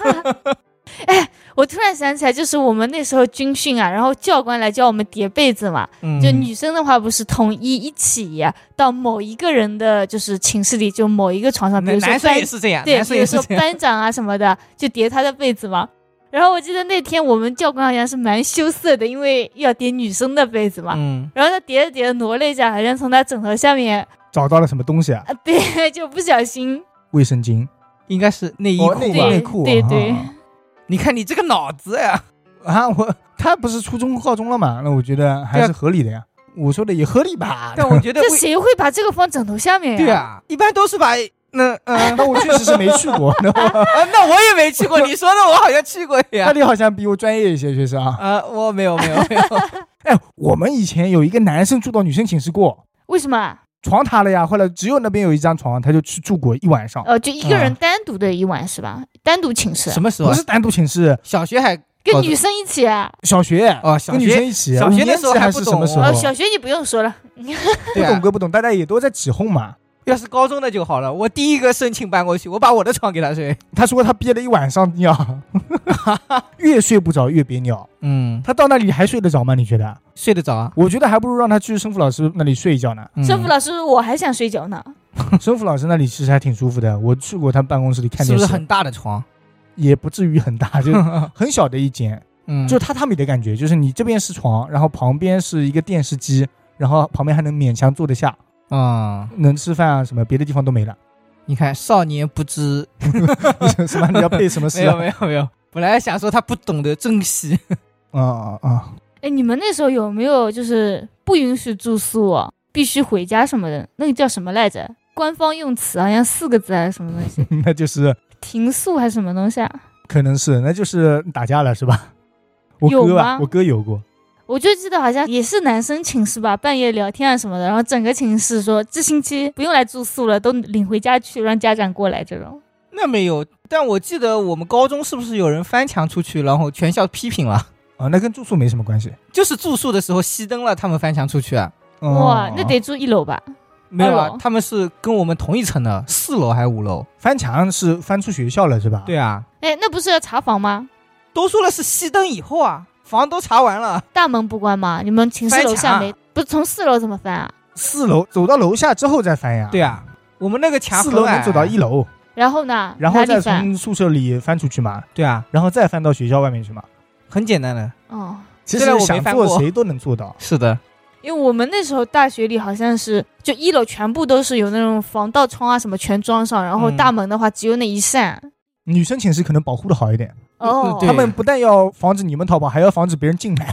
我突然想起来，就是我们那时候军训啊，然后教官来教我们叠被子嘛。就女生的话不是统一一起到某一个人的就是寝室里，就某一个床上，比如说男生也是这样， 对，比如说班长啊什么的，就叠他的被子嘛。然后我记得那天我们教官好像是蛮羞涩的，因为要叠女生的被子嘛。然后他叠着叠着挪了一下，好像从他枕头下面找到了什么东西啊？ 对，就不小心。 卫生巾， 应该是内衣裤吧？ 内裤。 对。 你看你这个脑子呀！ 他不是初中高中了嘛？那我觉得还是合理的呀。我说的也合理吧？ 但我觉得这谁会把这个放枕头下面呀？ 对啊，一般都是把那我确实是没去过。 那我也没去过。你说的我好像去过呀。 那你好像比我专业一些，确实啊。 我没有。 我们以前有一个男生住到女生寝室过。 为什么？ 床塌了呀，后来只有那边有一张床，他就去住过1晚上。 就一个人单独的1晚是吧？单独寝室。 什么时候？ 不是单独寝室， 小学还跟女生一起啊？ 小学跟女生一起。 小学的时候还不懂。 什么时候？ 小学你不用说了。 不懂归不懂，大家也都在起哄嘛。 要是高中的就好了，我第一个申请搬过去，我把我的床给他睡。 他说他憋了一晚上尿，越睡不着越憋尿。他到那里还睡得着吗？你觉得？ 睡得着啊？ 我觉得还不如让他去生辅老师那里睡一觉呢。 生辅老师我还想睡觉呢。 生辅老师那里其实还挺舒服的，我去过他办公室里看电视。 是不是很大的床？ 也不至于很大，就很小的一间。就榻榻米的感觉，就是你这边是床，然后旁边是一个电视机，然后旁边还能勉强坐得下。能吃饭啊，什么别的地方都没了。 你看少年不知什么你要配什么诗？ 没有，本来想说他不懂得珍惜。 你们那时候有没有就是不允许住宿必须回家什么的？那个叫什么来着？官方用词好像4个字还是什么东西？ 那就是停宿还是什么东西啊？ 可能是，那就是打架了是吧？我哥有过。我就记得好像也是男生寝室吧，半夜聊天啊什么的，然后整个寝室说这星期不用来住宿了，都领回家去，让家长过来这种。 那没有，但我记得我们高中是不是有人翻墙出去，然后全校批评了？ 那跟住宿没什么关系， 就是住宿的时候熄灯了，他们翻墙出去啊。 哇，那得住1楼吧？ 没有啊，他们是跟我们同一层的，4楼还是5楼？ 翻墙是翻出学校了是吧？ 对啊。 那不是要查房吗？ 都说了是熄灯以后啊。房都查完了， 大门不关吗？你们寝室楼下没？不是从4楼怎么翻啊 ？4楼走到楼下之后再翻呀。 对啊，我们那个墙 4楼能走到1楼， 然后呢？ 然后再从宿舍里翻出去嘛。 对啊， 然后再翻到学校外面去嘛。 很简单的。 其实想做谁都能做到。 是的， 因为我们那时候大学里好像是就1楼全部都是有那种防盗窗啊什么全装上，然后大门的话只有那一扇。 女生寝室可能保护的好一点。 他们不但要防止你们逃跑，还要防止别人进来。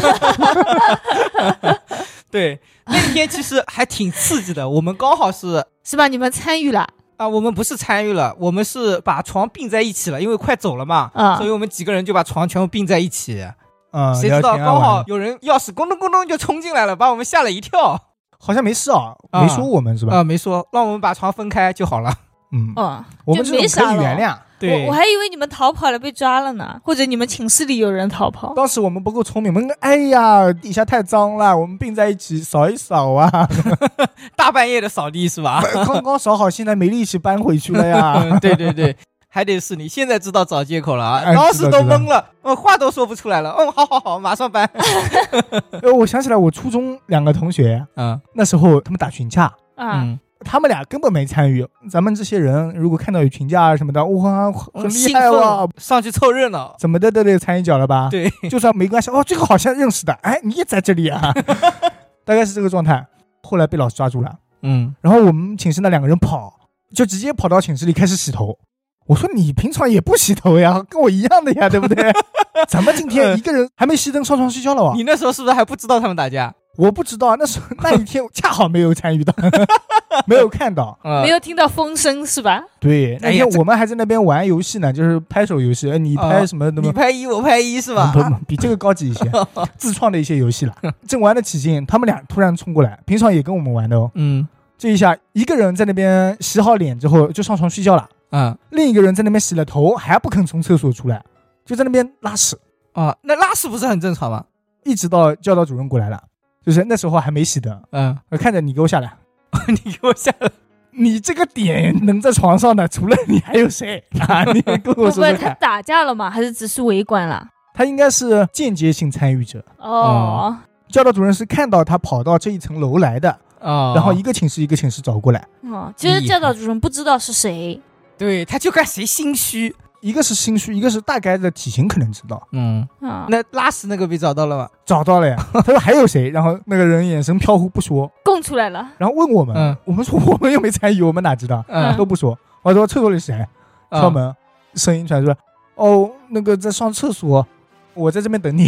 对，那天其实还挺刺激的。我们刚好是吧？你们参与了啊？我们不是参与了，我们是把床并在一起了，因为快走了嘛。所以我们几个人就把床全部并在一起。谁知道刚好有人钥匙咣咚咣咚就冲进来了，把我们吓了一跳。 好像没事啊，没说我们是吧？ 没说，让我们把床分开就好了。 我们这种可以原谅。 对， 我还以为你们逃跑了被抓了呢，或者你们寝室里有人逃跑。 当时我们不够聪明，我们哎呀底下太脏了，我们并在一起扫一扫啊。 大半夜的扫地是吧？ 刚刚扫好，现在没力气搬回去了呀。 对，还得是你现在知道找借口了啊，当时都懵了，话都说不出来了。好，马上搬。 我想起来，我初中2个同学，那时候他们打群架，他们俩根本没参与。咱们这些人如果看到有群架什么的，哇，很厉害哇， 上去凑热闹， 怎么的都得参与脚了吧？ 对， 就算没关系，这个好像认识的，你也在这里啊，大概是这个状态。后来被老师抓住了，然后我们寝室那2个人就直接跑到寝室里开始洗头。我说你平常也不洗头呀，跟我一样的呀，对不对？咱们今天一个人还没熄灯上床睡觉了。 你那时候是不是还不知道他们打架？ 我不知道，那一天恰好没有参与到，没有看到， 没有听到风声是吧？ 对，那天我们还在那边玩游戏呢，就是拍手游戏，你拍什么？ 你拍1，我拍1是吧？ 不，比这个高级一些，自创的一些游戏了。正玩得起劲，他们俩突然冲过来，平常也跟我们玩的这一下一个人在那边洗好脸之后就上床睡觉了，另一个人在那边洗了头还不肯从厕所出来，就在那边拉屎那拉屎不是很正常吗？ 一直到教导主任过来了。就是那时候还没洗的，我看着你给我下来， 你给我下来， 你这个点能在床上的，除了你还有谁啊？你跟我说说看。 他打架了吗？还是只是围观了？ 他应该是间接性参与者。教导主任是看到他跑到这一层楼来的，然后一个寝室一个寝室找过来。 其实教导主任不知道是谁， 对，他就看谁心虚。 一个是心虚，一个是大概的体型可能知道。 那拉屎那个被找到了吗？ 找到了呀。他说还有谁？然后那个人眼神飘忽不说， 供出来了。 然后问我们，我们说我们又没参与，我们哪知道？都不说。我说厕所里谁？敲门，声音传出来。那个在上厕所，我在这边等你。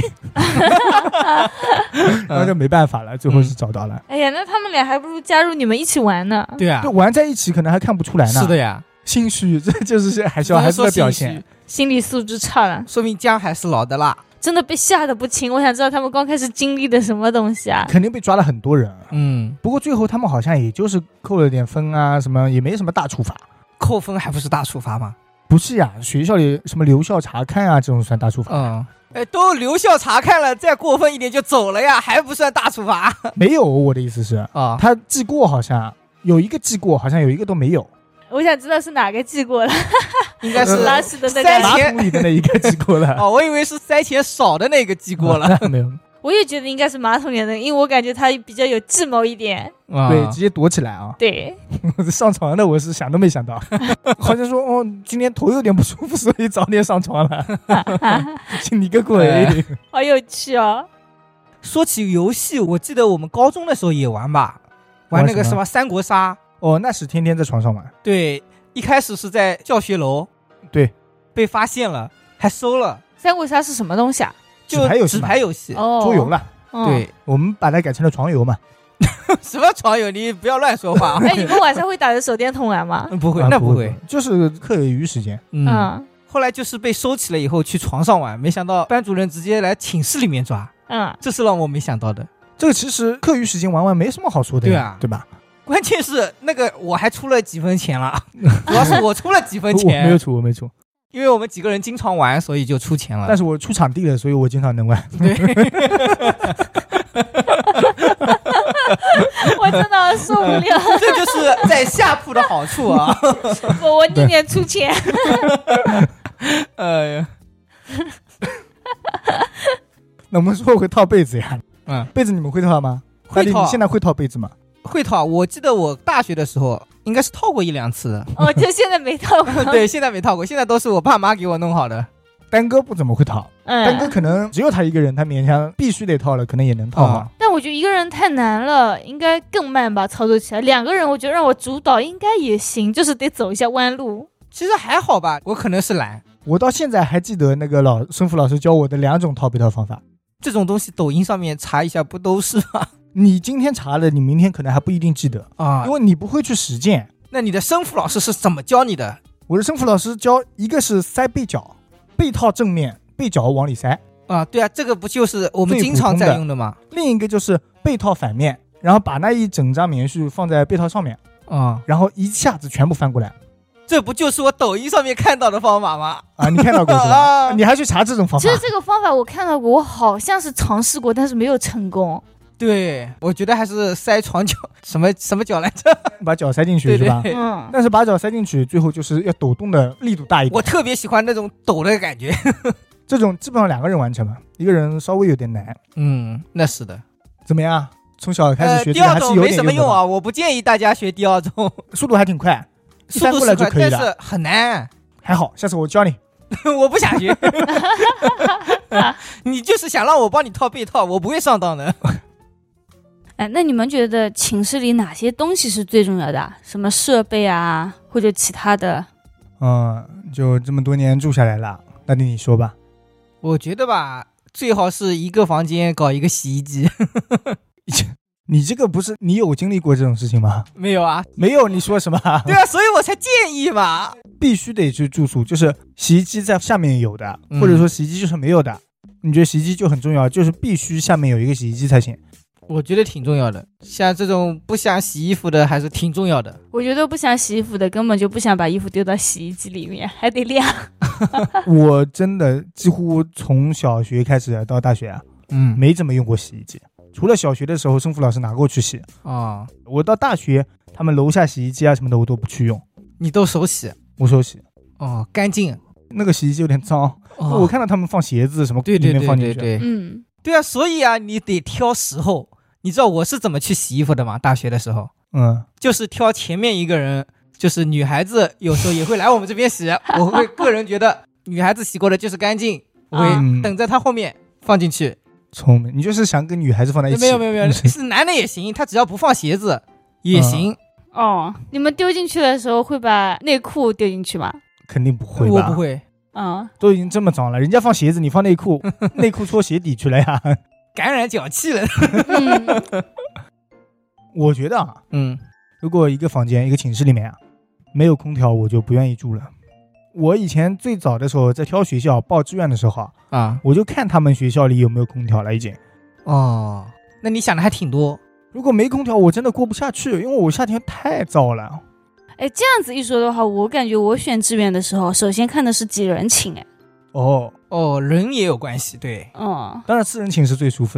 然后就没办法了，最后是找到了。 哎呀，那他们俩还不如加入你们一起玩呢。 对啊， 玩在一起可能还看不出来呢。 是的呀。 心虚，这就是还是的表现， 心理素质差了， 说明姜还是老的辣， 真的被吓得不轻。我想知道他们刚开始经历的什么东西啊？ 肯定被抓了很多人，不过最后他们好像也就是扣了点分啊，什么也没什么大处罚。 扣分还不是大处罚吗？ 不是呀，学校里什么留校察看啊，这种算大处罚。 都留校察看了，再过分一点就走了呀，还不算大处罚？ 没有，我的意思是他记过好像。 有一个记过，好像有一个都没有。 我想知道是哪个记过了， 应该是拉屎的那个马桶里的那一个记过了。 哦，我以为是塞钱少的那个记过了。 没有。 我也觉得应该是马桶里的，因为我感觉他比较有计谋一点。 对，直接躲起来啊。 对， 上床的我是想都没想到，好像说哦，今天头有点不舒服，所以早点上床了。你个鬼！ 好有趣哦。 说起游戏，我记得我们高中的时候也玩吧，玩那个什么三国杀。 哦，那是天天在床上玩。 对，一开始是在教学楼， 对， 被发现了，还收了。 三国杀是什么东西啊？ 就纸牌游戏， 桌游了。 对， 我们把它改成了床游嘛。 什么床游？你不要乱说话。 哎，你们晚上会打着手电筒玩吗？ 不会，那不会， 就是课余时间。 后来就是被收起了以后去床上玩，没想到班主任直接来寝室里面抓。这是让我没想到的。 这个其实课余时间玩没什么好说的。对啊，对吧？ 关键是那个我还出了几分钱了，主要是我出了几分钱。 我没出， 因为我们几个人经常玩，所以就出钱了。 但是我出场地了，所以我经常能玩。 对， 我真的受不了。 这就是在下铺的好处啊！ 我宁愿出钱。 哎呀， 那我们说回套被子呀。被子你们会套吗？ 会套。 你现在会套被子吗？ 会套，我记得我大学的时候应该是套过1-2次的。 哦，就现在没套过。 对，现在没套过，现在都是我爸妈给我弄好的。 丹哥不怎么会套，丹哥可能只有他一个人，他勉强必须得套了，可能也能套好。 但我觉得一个人太难了，应该更慢吧，操作起来。2个人我觉得让我主导应该也行，就是得走一下弯路。 其实还好吧，我可能是懒。 我到现在还记得那个生父老师教我的2种套被套方法。 这种东西抖音上面查一下不都是吗？ 你今天查了，你明天可能还不一定记得因为你不会去实践。 那你的生父老师是怎么教你的？ 我的生父老师教一个是塞被角，被套正面，被角往里塞。 对啊，这个不就是我们经常在用的吗？ 另一个就是被套反面，然后把那一整张棉絮放在被套上面然后一下子全部翻过来。 这不就是我抖音上面看到的方法吗？ 你看到过是吧？你还去查这种方法？ 其实这个方法我看到过，我好像是尝试过，但是没有成功。 对，我觉得还是塞床脚，什么脚来着？ 把脚塞进去是吧？但是把脚塞进去，最后就是要抖动的力度大一点。 我特别喜欢那种抖的感觉。 这种基本上2个人完成嘛，一个人稍微有点难。 那是的。 怎么样？从小开始学第二种没什么用啊，我不建议大家学第2种， 速度还挺快， 速度过来就可以了， 但是很难。 还好，下次我教你。 我不想学。你就是想让我帮你套被套，我不会上当的。 那你们觉得寝室里哪些东西是最重要的？什么设备啊，或者其他的？ 就这么多年住下来了，那你说吧。 我觉得吧，最好是一个房间搞一个洗衣机。 你这个不是你有经历过这种事情吗？ 没有啊， 没有，你说什么？ 对啊，所以我才建议嘛， 必须得去住宿，就是洗衣机在下面有的，或者说洗衣机就是没有的。你觉得洗衣机就很重要，就是必须下面有一个洗衣机才行。 我觉得挺重要的，像这种不想洗衣服的还是挺重要的。 我觉得不想洗衣服的根本就不想把衣服丢到洗衣机里面，还得晾。 我真的几乎从小学开始到大学没怎么用过洗衣机，除了小学的时候生父老师拿过去洗我到大学他们楼下洗衣机什么的我都不去用。 你都手洗？ 我手洗。 干净。 那个洗衣机有点脏我看到他们放鞋子什么里面放进去。 对啊，所以你得挑时候。你知道我是怎么去洗衣服的吗？大学的时候就是挑前面一个人，就是女孩子有时候也会来我们这边洗我会个人觉得女孩子洗过的就是干净，我会等在她后面放进去。 聪明，你就是想跟女孩子放在一起？ 没有，是男的也行，他只要不放鞋子也行。 你们丢进去的时候会把内裤丢进去吗？ 肯定不会吧。 我不会。 都已经这么脏了，人家放鞋子你放内裤内裤戳鞋底去了呀。 感染脚气了。 我觉得如果一个房间一个寝室里面没有空调我就不愿意住了。我以前最早的时候在挑学校报志愿的时候我就看他们学校里有没有空调了已经。 那你想的还挺多。 如果没空调我真的过不下去，因为我夏天太燥了。 这样子一说的话，我感觉我选志愿的时候首先看的是几人寝。 人也有关系。对。 当然4人寝是最舒服的。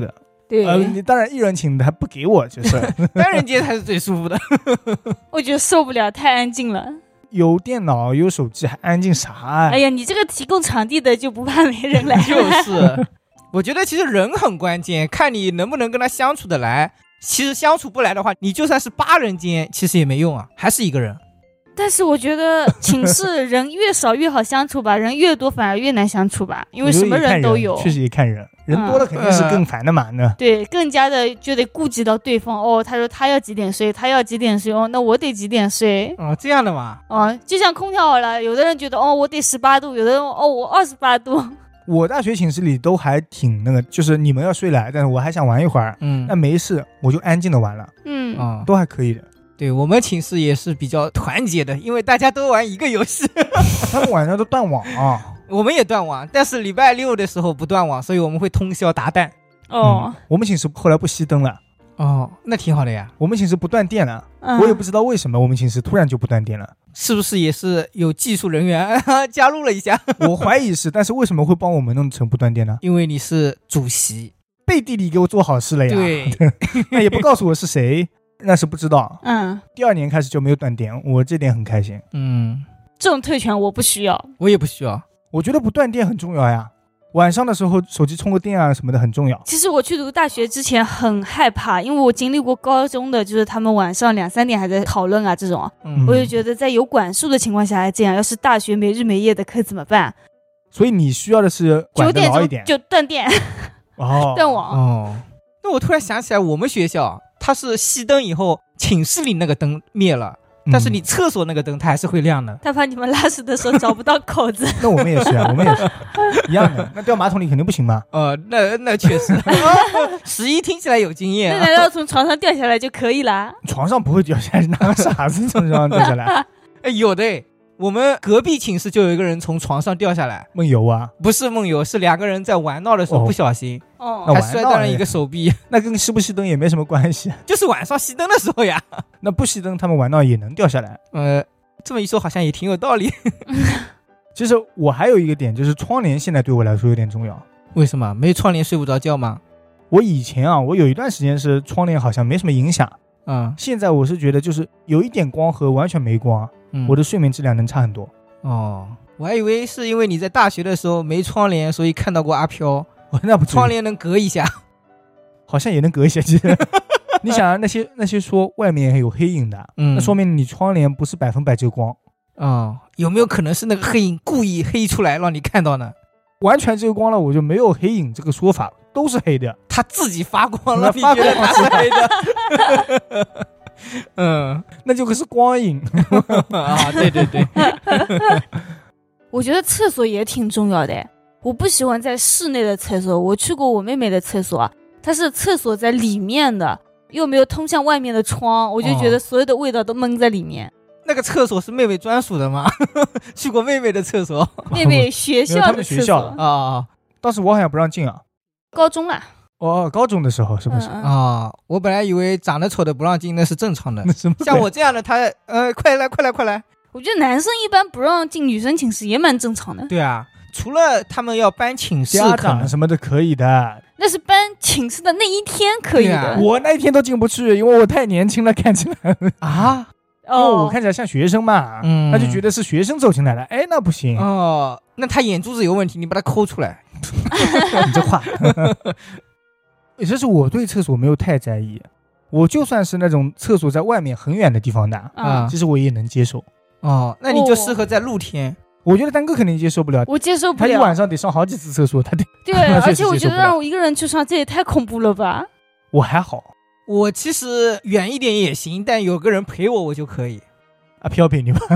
对， 你当然一人寝还不给我，就是单人间才是最舒服的。 我觉得受不了，太安静了。 有电脑有手机还安静啥啊？ 哎呀，你这个提供场地的就不怕没人来？ 就是我觉得其实人很关键，看你能不能跟他相处得来。其实相处不来的话，你就算是8人间其实也没用啊，还是一个人。 但是我觉得寝室人越少越好相处吧，人越多反而越难相处吧，因为什么人都有。 确实也看人，人多了肯定是更烦的嘛。 对，更加的就得顾及到对方。哦，他说他要几点睡，他要几点睡，哦，那我得几点睡。 哦，这样的嘛。 哦，就像空调好了，有的人觉得哦我得18度，有的人哦我28度。 我大学寝室里都还挺那个，就是你们要睡了，但是我还想玩一会儿，那没事，我就安静的玩了，都还可以的。 对，我们寝室也是比较团结的，因为大家都玩一个游戏。 他们晚上都断网啊， 我们也断网，但是礼拜6的时候不断网，所以我们会通宵达旦。 我们寝室后来不熄灯了。 哦，那挺好的呀。 我们寝室不断电了，我也不知道为什么我们寝室突然就不断电了， 是不是也是有技术人员加入了一下？ 我怀疑是，但是为什么会帮我们弄成不断电呢？ 因为你是主席， 背地里给我做好事了呀。 对， 那也不告诉我是谁，那是不知道。第2年开始就没有断电，我这点很开心。 这种特权我不需要， 我也不需要。 我觉得不断电很重要呀。晚上的时候手机充个电啊什么的很重要。 其实我去读大学之前很害怕，因为我经历过高中的，就是他们晚上2、3点还在讨论啊这种，我就觉得在有管束的情况下还这样，要是大学没日没夜的可怎么办？ 所以你需要的是管得牢一点， 9点钟就断电，断网。 那我突然想起来，我们学校它是熄灯以后，寝室里那个灯灭了。但是你厕所那个灯它还是会亮的， 他怕你们拉屎的时候找不到口子。 那我们也是啊，我们也是一样的。那掉马桶里肯定不行吗？ 那确实。11听起来有经验。 那难道从床上掉下来就可以啦？ 床上不会掉下来，哪个傻子从床上掉下来？ 有的。我们隔壁寝室就有一个人从床上掉下来， 梦游啊？ 不是梦游，是2个人在玩闹的时候不小心，还摔断了一个手臂。 那跟熄不熄灯也没什么关系， 就是晚上熄灯的时候呀。 那不熄灯他们玩闹也能掉下来。 这么一说好像也挺有道理。 其实我还有一个点，就是窗帘现在对我来说有点重要。 为什么？没窗帘睡不着觉吗？ 我以前啊，我有一段时间是窗帘好像没什么影响，现在我是觉得就是有一点光和完全没光，我的睡眠质量能差很多。 我还以为是因为你在大学的时候没窗帘，所以看到过阿飘。 那不窗帘能隔一下， 好像也能隔一下。其实你想啊，那些说外面有黑影的，那说明你窗帘不是100%遮光。 有没有可能是那个黑影故意黑出来让你看到呢？ 完全遮光了，我就没有黑影这个说法，都是黑的。 他自己发光了，你觉得他是黑的？ 那就是光影。 对。 我觉得厕所也挺重要的，我不喜欢在室内的厕所。我去过我妹妹的厕所，它是厕所在里面的，又没有通向外面的窗，我就觉得所有的味道都闷在里面。 那个厕所是妹妹专属的吗？去过妹妹的厕所？ 妹妹学校的厕所啊。当时我好像不让进啊。 高中啦。 高中的时候是不是我本来以为长得丑的不让进那是正常的，像我这样的他快来。 我觉得男生一般不让进女生寝室也蛮正常的。 对啊，除了他们要搬寝室， 家长什么的可以的。 那是搬寝室的那一天可以的。 我那一天都进不去，因为我太年轻了，看起来啊。因为我看起来像学生嘛，他就觉得是学生走进来了，那不行。 那他眼珠子有问题，你把他抠出来。 你这话。也就是我对厕所没有太在意，我就算是那种厕所在外面很远的地方的其实我也能接受。 那你就适合在露天。 我觉得丹哥肯定接受不了， 我接受不了。 他一晚上得上好几次厕所，他得。 对，而且我觉得让我一个人去上，这也太恐怖了吧。 我还好， 我其实远一点也行，但有个人陪我就可以。 飘陪你吧。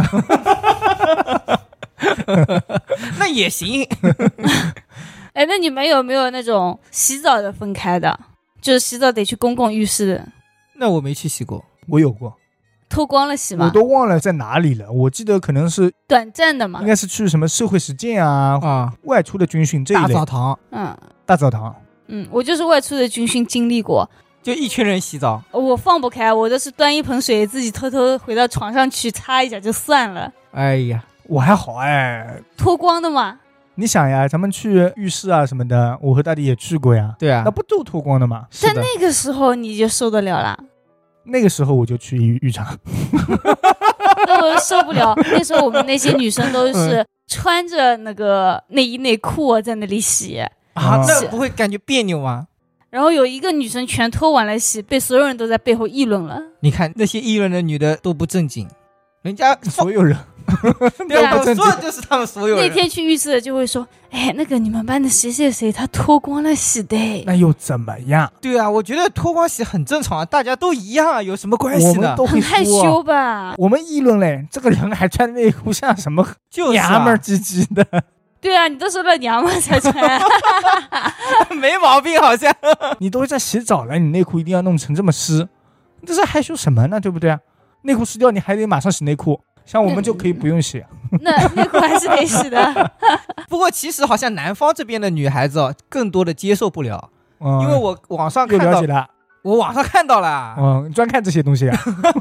那也行。 那你们有没有那种洗澡的分开的，就是洗澡得去公共浴室的？ 那我没去洗过。 我有过。 脱光了洗吗？ 我都忘了在哪里了，我记得可能是短暂的嘛， 应该是去什么社会实践外出的军训这一类。 大澡堂。 大澡堂。 我就是外出的军训经历过， 就一群人洗澡。 我放不开，我都是端一盆水自己偷偷回到床上去擦一下就算了。 哎呀， 我还好脱光的嘛。 你想呀，咱们去浴室啊什么的，我和大弟也去过呀。 对啊， 那不都脱光的吗？ 在那个时候你就受得了了？ 那个时候我就去浴场。 那我受不了。那时候我们那些女生都是穿着那个内衣内裤在那里洗啊，那不会感觉别扭吗？ 然后有一个女生全脱完了洗，被所有人都在背后议论了。 你看那些议论的女的都不正经，人家所有人。 对啊，说的就是他们所有人。 那天去浴室的就会说，哎，那个你们班的谁谁谁他脱光了洗的。 那又怎么样？ 对啊，我觉得脱光洗很正常啊，大家都一样啊，有什么关系呢？ 我们都很害羞吧？ 我们议论嘞，这个人还穿内裤像什么娘们儿唧唧的。 对啊，你都说了娘们才穿。 没毛病好像。 你都在洗澡了，你内裤一定要弄成这么湿，这是害羞什么呢？对不对啊？内裤湿掉你还得马上洗内裤，像我们就可以不用洗。 那内裤还是得洗的。 不过其实好像南方这边的女孩子更多的接受不了，因为我网上看到， 又了解了， 我网上看到了， 你专看这些东西啊。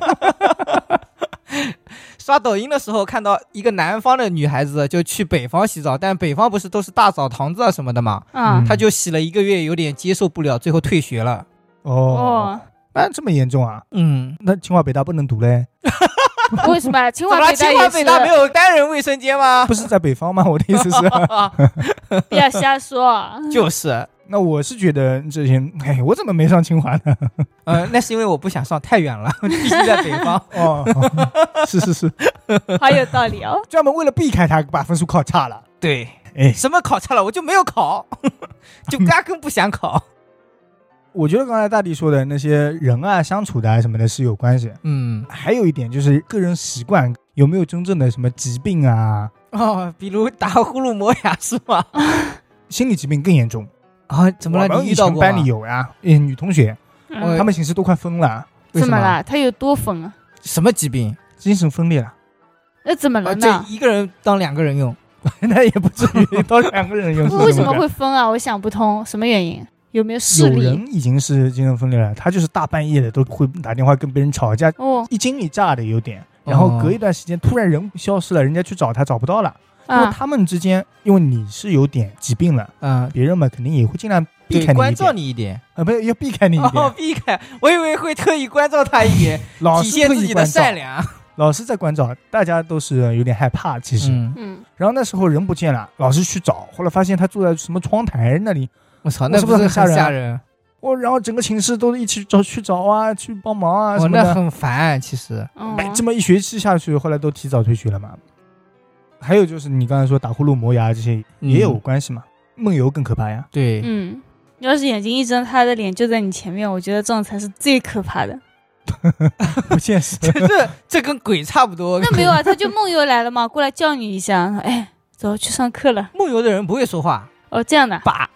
刷抖音的时候看到一个南方的女孩子就去北方洗澡，但北方不是都是大澡堂子啊什么的嘛，她就洗了1个月，有点接受不了，最后退学了。 哦，那这么严重啊？那清华北大不能读嘞？ 为什么？清华北大没有单人卫生间吗？ 不是在北方吗？我的意思是， 不要瞎说。 就是。 那我是觉得这些，我怎么没上清华呢？ 那是因为我不想上太远了，必须在北方。 是， 好有道理哦。 专门为了避开他，把分数考差了。 对，什么考差了，我就没有考，就压根不想考。 我觉得刚才大弟说的那些人啊、相处的啊什么的是有关系。还有一点就是个人习惯有没有真正的什么疾病啊？ 比如打呼噜磨牙是吗？ 心理疾病更严重。 怎么了？你遇到过吗？ 我们以前班里有啊，女同学，他们形式都快疯了。 怎么了？他有多疯啊？ 什么疾病？ 精神分裂了。 那怎么了呢？ 这一个人当2个人用， 那也不至于当2个人用。 为什么会疯啊？我想不通，什么原因？有没有视力？ 有人已经是精神分裂了，他就是大半夜的都会打电话跟别人吵架，一惊一乍的有点，然后隔一段时间突然人消失了，人家去找他找不到了。因为他们之间，因为你是有点疾病了，别人嘛肯定也会尽量避开你一点， 关照你一点不是要避开你一点， 避开，我以为会特意关照他一点，体现自己的善良。 老师在关照，大家都是有点害怕，其实，然后那时候人不见了，老师去找，后来发现他坐在什么窗台那里， 我操，那是不是很吓人？ 然后整个寝室都一起去找啊，去帮忙啊什么的， 那很烦，其实， 这么一学期下去，后来都提早退学了嘛。还有就是你刚才说打呼噜磨牙这些也有关系嘛，梦游更可怕呀。 对， 要是眼睛一睁，他的脸就在你前面，我觉得这种才是最可怕的。 不现实。 这跟鬼差不多。 那没有啊，他就梦游来了嘛，过来叫你一下，走去上课了。 梦游的人不会说话。 这样的。 爸。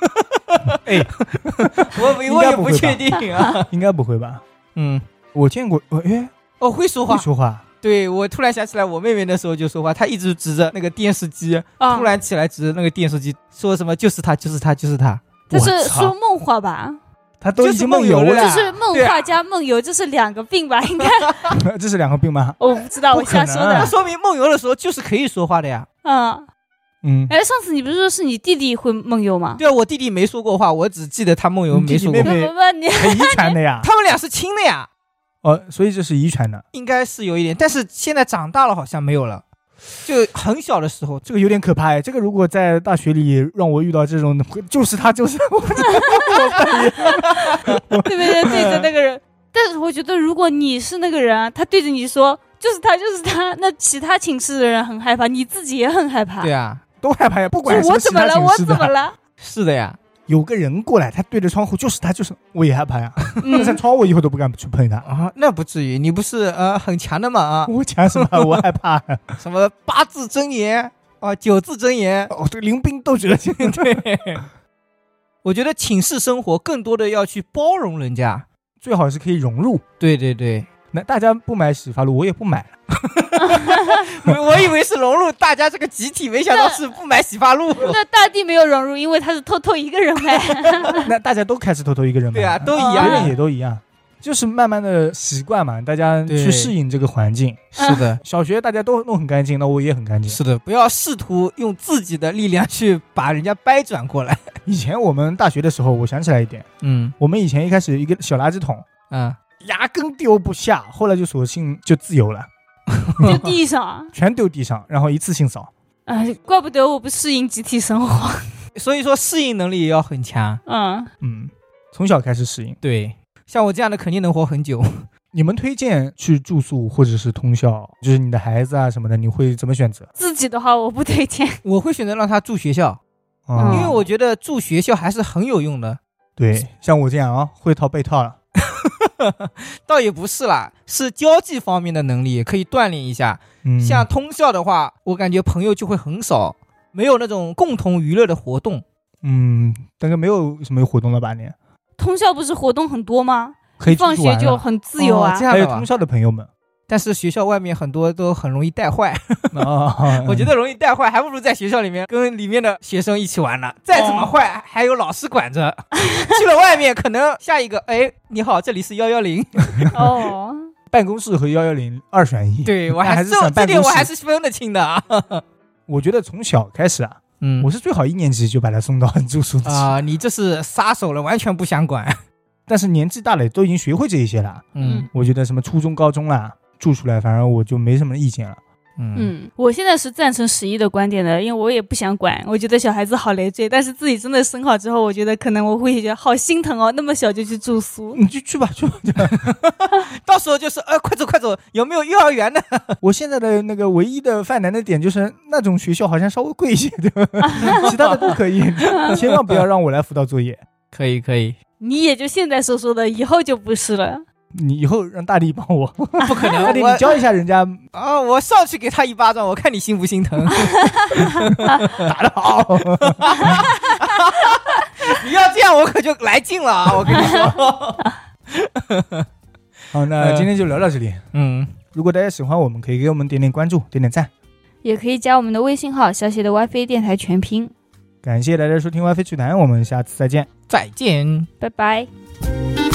我也不确定啊。 应该不会吧？我见过。 会说话。 会说话。 对，我突然想起来，我妹妹那时候就说话，她一直指着那个电视机，突然起来指着那个电视机，说什么就是他，就是他，就是他。 这是说梦话吧？ 他都已经梦游了， 就是梦话加梦游，这是2个病吧？应该。 这是2个病吗？ 我不知道，我瞎说的。 那说明梦游的时候就是可以说话的呀。 上次你不是说是你弟弟会梦游吗？ 对啊，我弟弟没说过话，我只记得他梦游没说过。 妹妹很遗传的呀。 他们俩是亲的呀。 所以这是遗传的， 应该是有一点，但是现在长大了好像没有了，就很小的时候， 这个有点可怕。这个如果在大学里让我遇到这种，就是他，就是我， 对着那个人。但是我觉得，如果你是那个人，他对着你说就是他，就是他，那其他寝室的人很害怕，你自己也很害怕。 对啊， 都害怕呀，不管我怎么了，我怎么了？ 是的呀。 有个人过来，他对着窗户，就是他，就是我也害怕呀。那扇窗我以后都不敢去碰他啊。那不至于，你不是很强的吗？啊， 我强什么？我害怕。 什么8字真言9字真言这个临兵斗者。 对，我觉得寝室生活更多的要去包容人家， 最好是可以融入。 对。 那大家不买洗发露，我也不买了。我以为是融入大家这个集体，没想到是不买洗发露。 那大地没有融入，因为他是偷偷一个人买。 那大家都开始偷偷一个人买。 对啊，都一样， 别人也都一样。 就是慢慢的习惯嘛，大家去适应这个环境。 是的， 小学大家都弄很干净，那我也很干净。 是的，不要试图用自己的力量去把人家掰转过来。 以前我们大学的时候，我想起来一点，我们以前一开始一个小垃圾桶，压根丢不下，后来就索性就自由了， 丢地上， 全丢地上，然后一次性扫。 怪不得我不适应集体生活。 所以说适应能力也要很强。 从小开始适应。 对，像我这样的肯定能活很久。 你们推荐去住宿或者是通校，就是你的孩子啊什么的，你会怎么选择？ 自己的话我不推荐， 我会选择让他住学校，因为我觉得住学校还是很有用的。 对，像我这样啊，会套被套了。 倒也不是啦，是交际方面的能力可以锻炼一下。像通校的话，我感觉朋友就会很少，没有那种共同娱乐的活动。 大概没有什么活动了吧？你通校不是活动很多吗？ 可以放学就很自由啊。 这样还有通校的朋友们， 但是学校外面很多都很容易带坏。我觉得容易带坏，还不如在学校里面跟里面的学生一起玩呢。再怎么坏，还有老师管着。去了外面，可能下一个，你好，这里是110。 办公室和110二选一。 对，我还是选办公室，这点我还是分得清的啊。 我觉得从小开始啊，我是最好1年级就把他送到住宿啊。你这是撒手了，完全不想管。 但是年纪大了，都已经学会这一些了。我觉得什么初中、高中啦，住出来，反而我就没什么意见了。 我现在是赞成11的观点的，因为我也不想管，我觉得小孩子好累赘，但是自己真的生好之后，我觉得可能我会觉得好心疼哦，那么小就去住宿。 你就去吧， 到时候就是快走，有没有幼儿园的？ 我现在的那个唯一的犯难的点就是那种学校好像稍微贵一些，对吧？其他的都可以，千万不要让我来辅导作业。 可以， 你也就现在说的，以后就不是了。 你以后让大力帮我。 不可能， 大力你教一下人家啊！我上去给他一巴掌，我看你心不心疼。 打得好。 你要这样我可就来劲了啊！我跟你说。 好，那今天就聊到这里。如果大家喜欢我们，可以给我们点点关注，点点赞， 也可以加我们的微信号小写的 WiFi 电台全拼。 感谢大家收听 WiFi 趣谈，我们下次再见。 再见， 拜拜。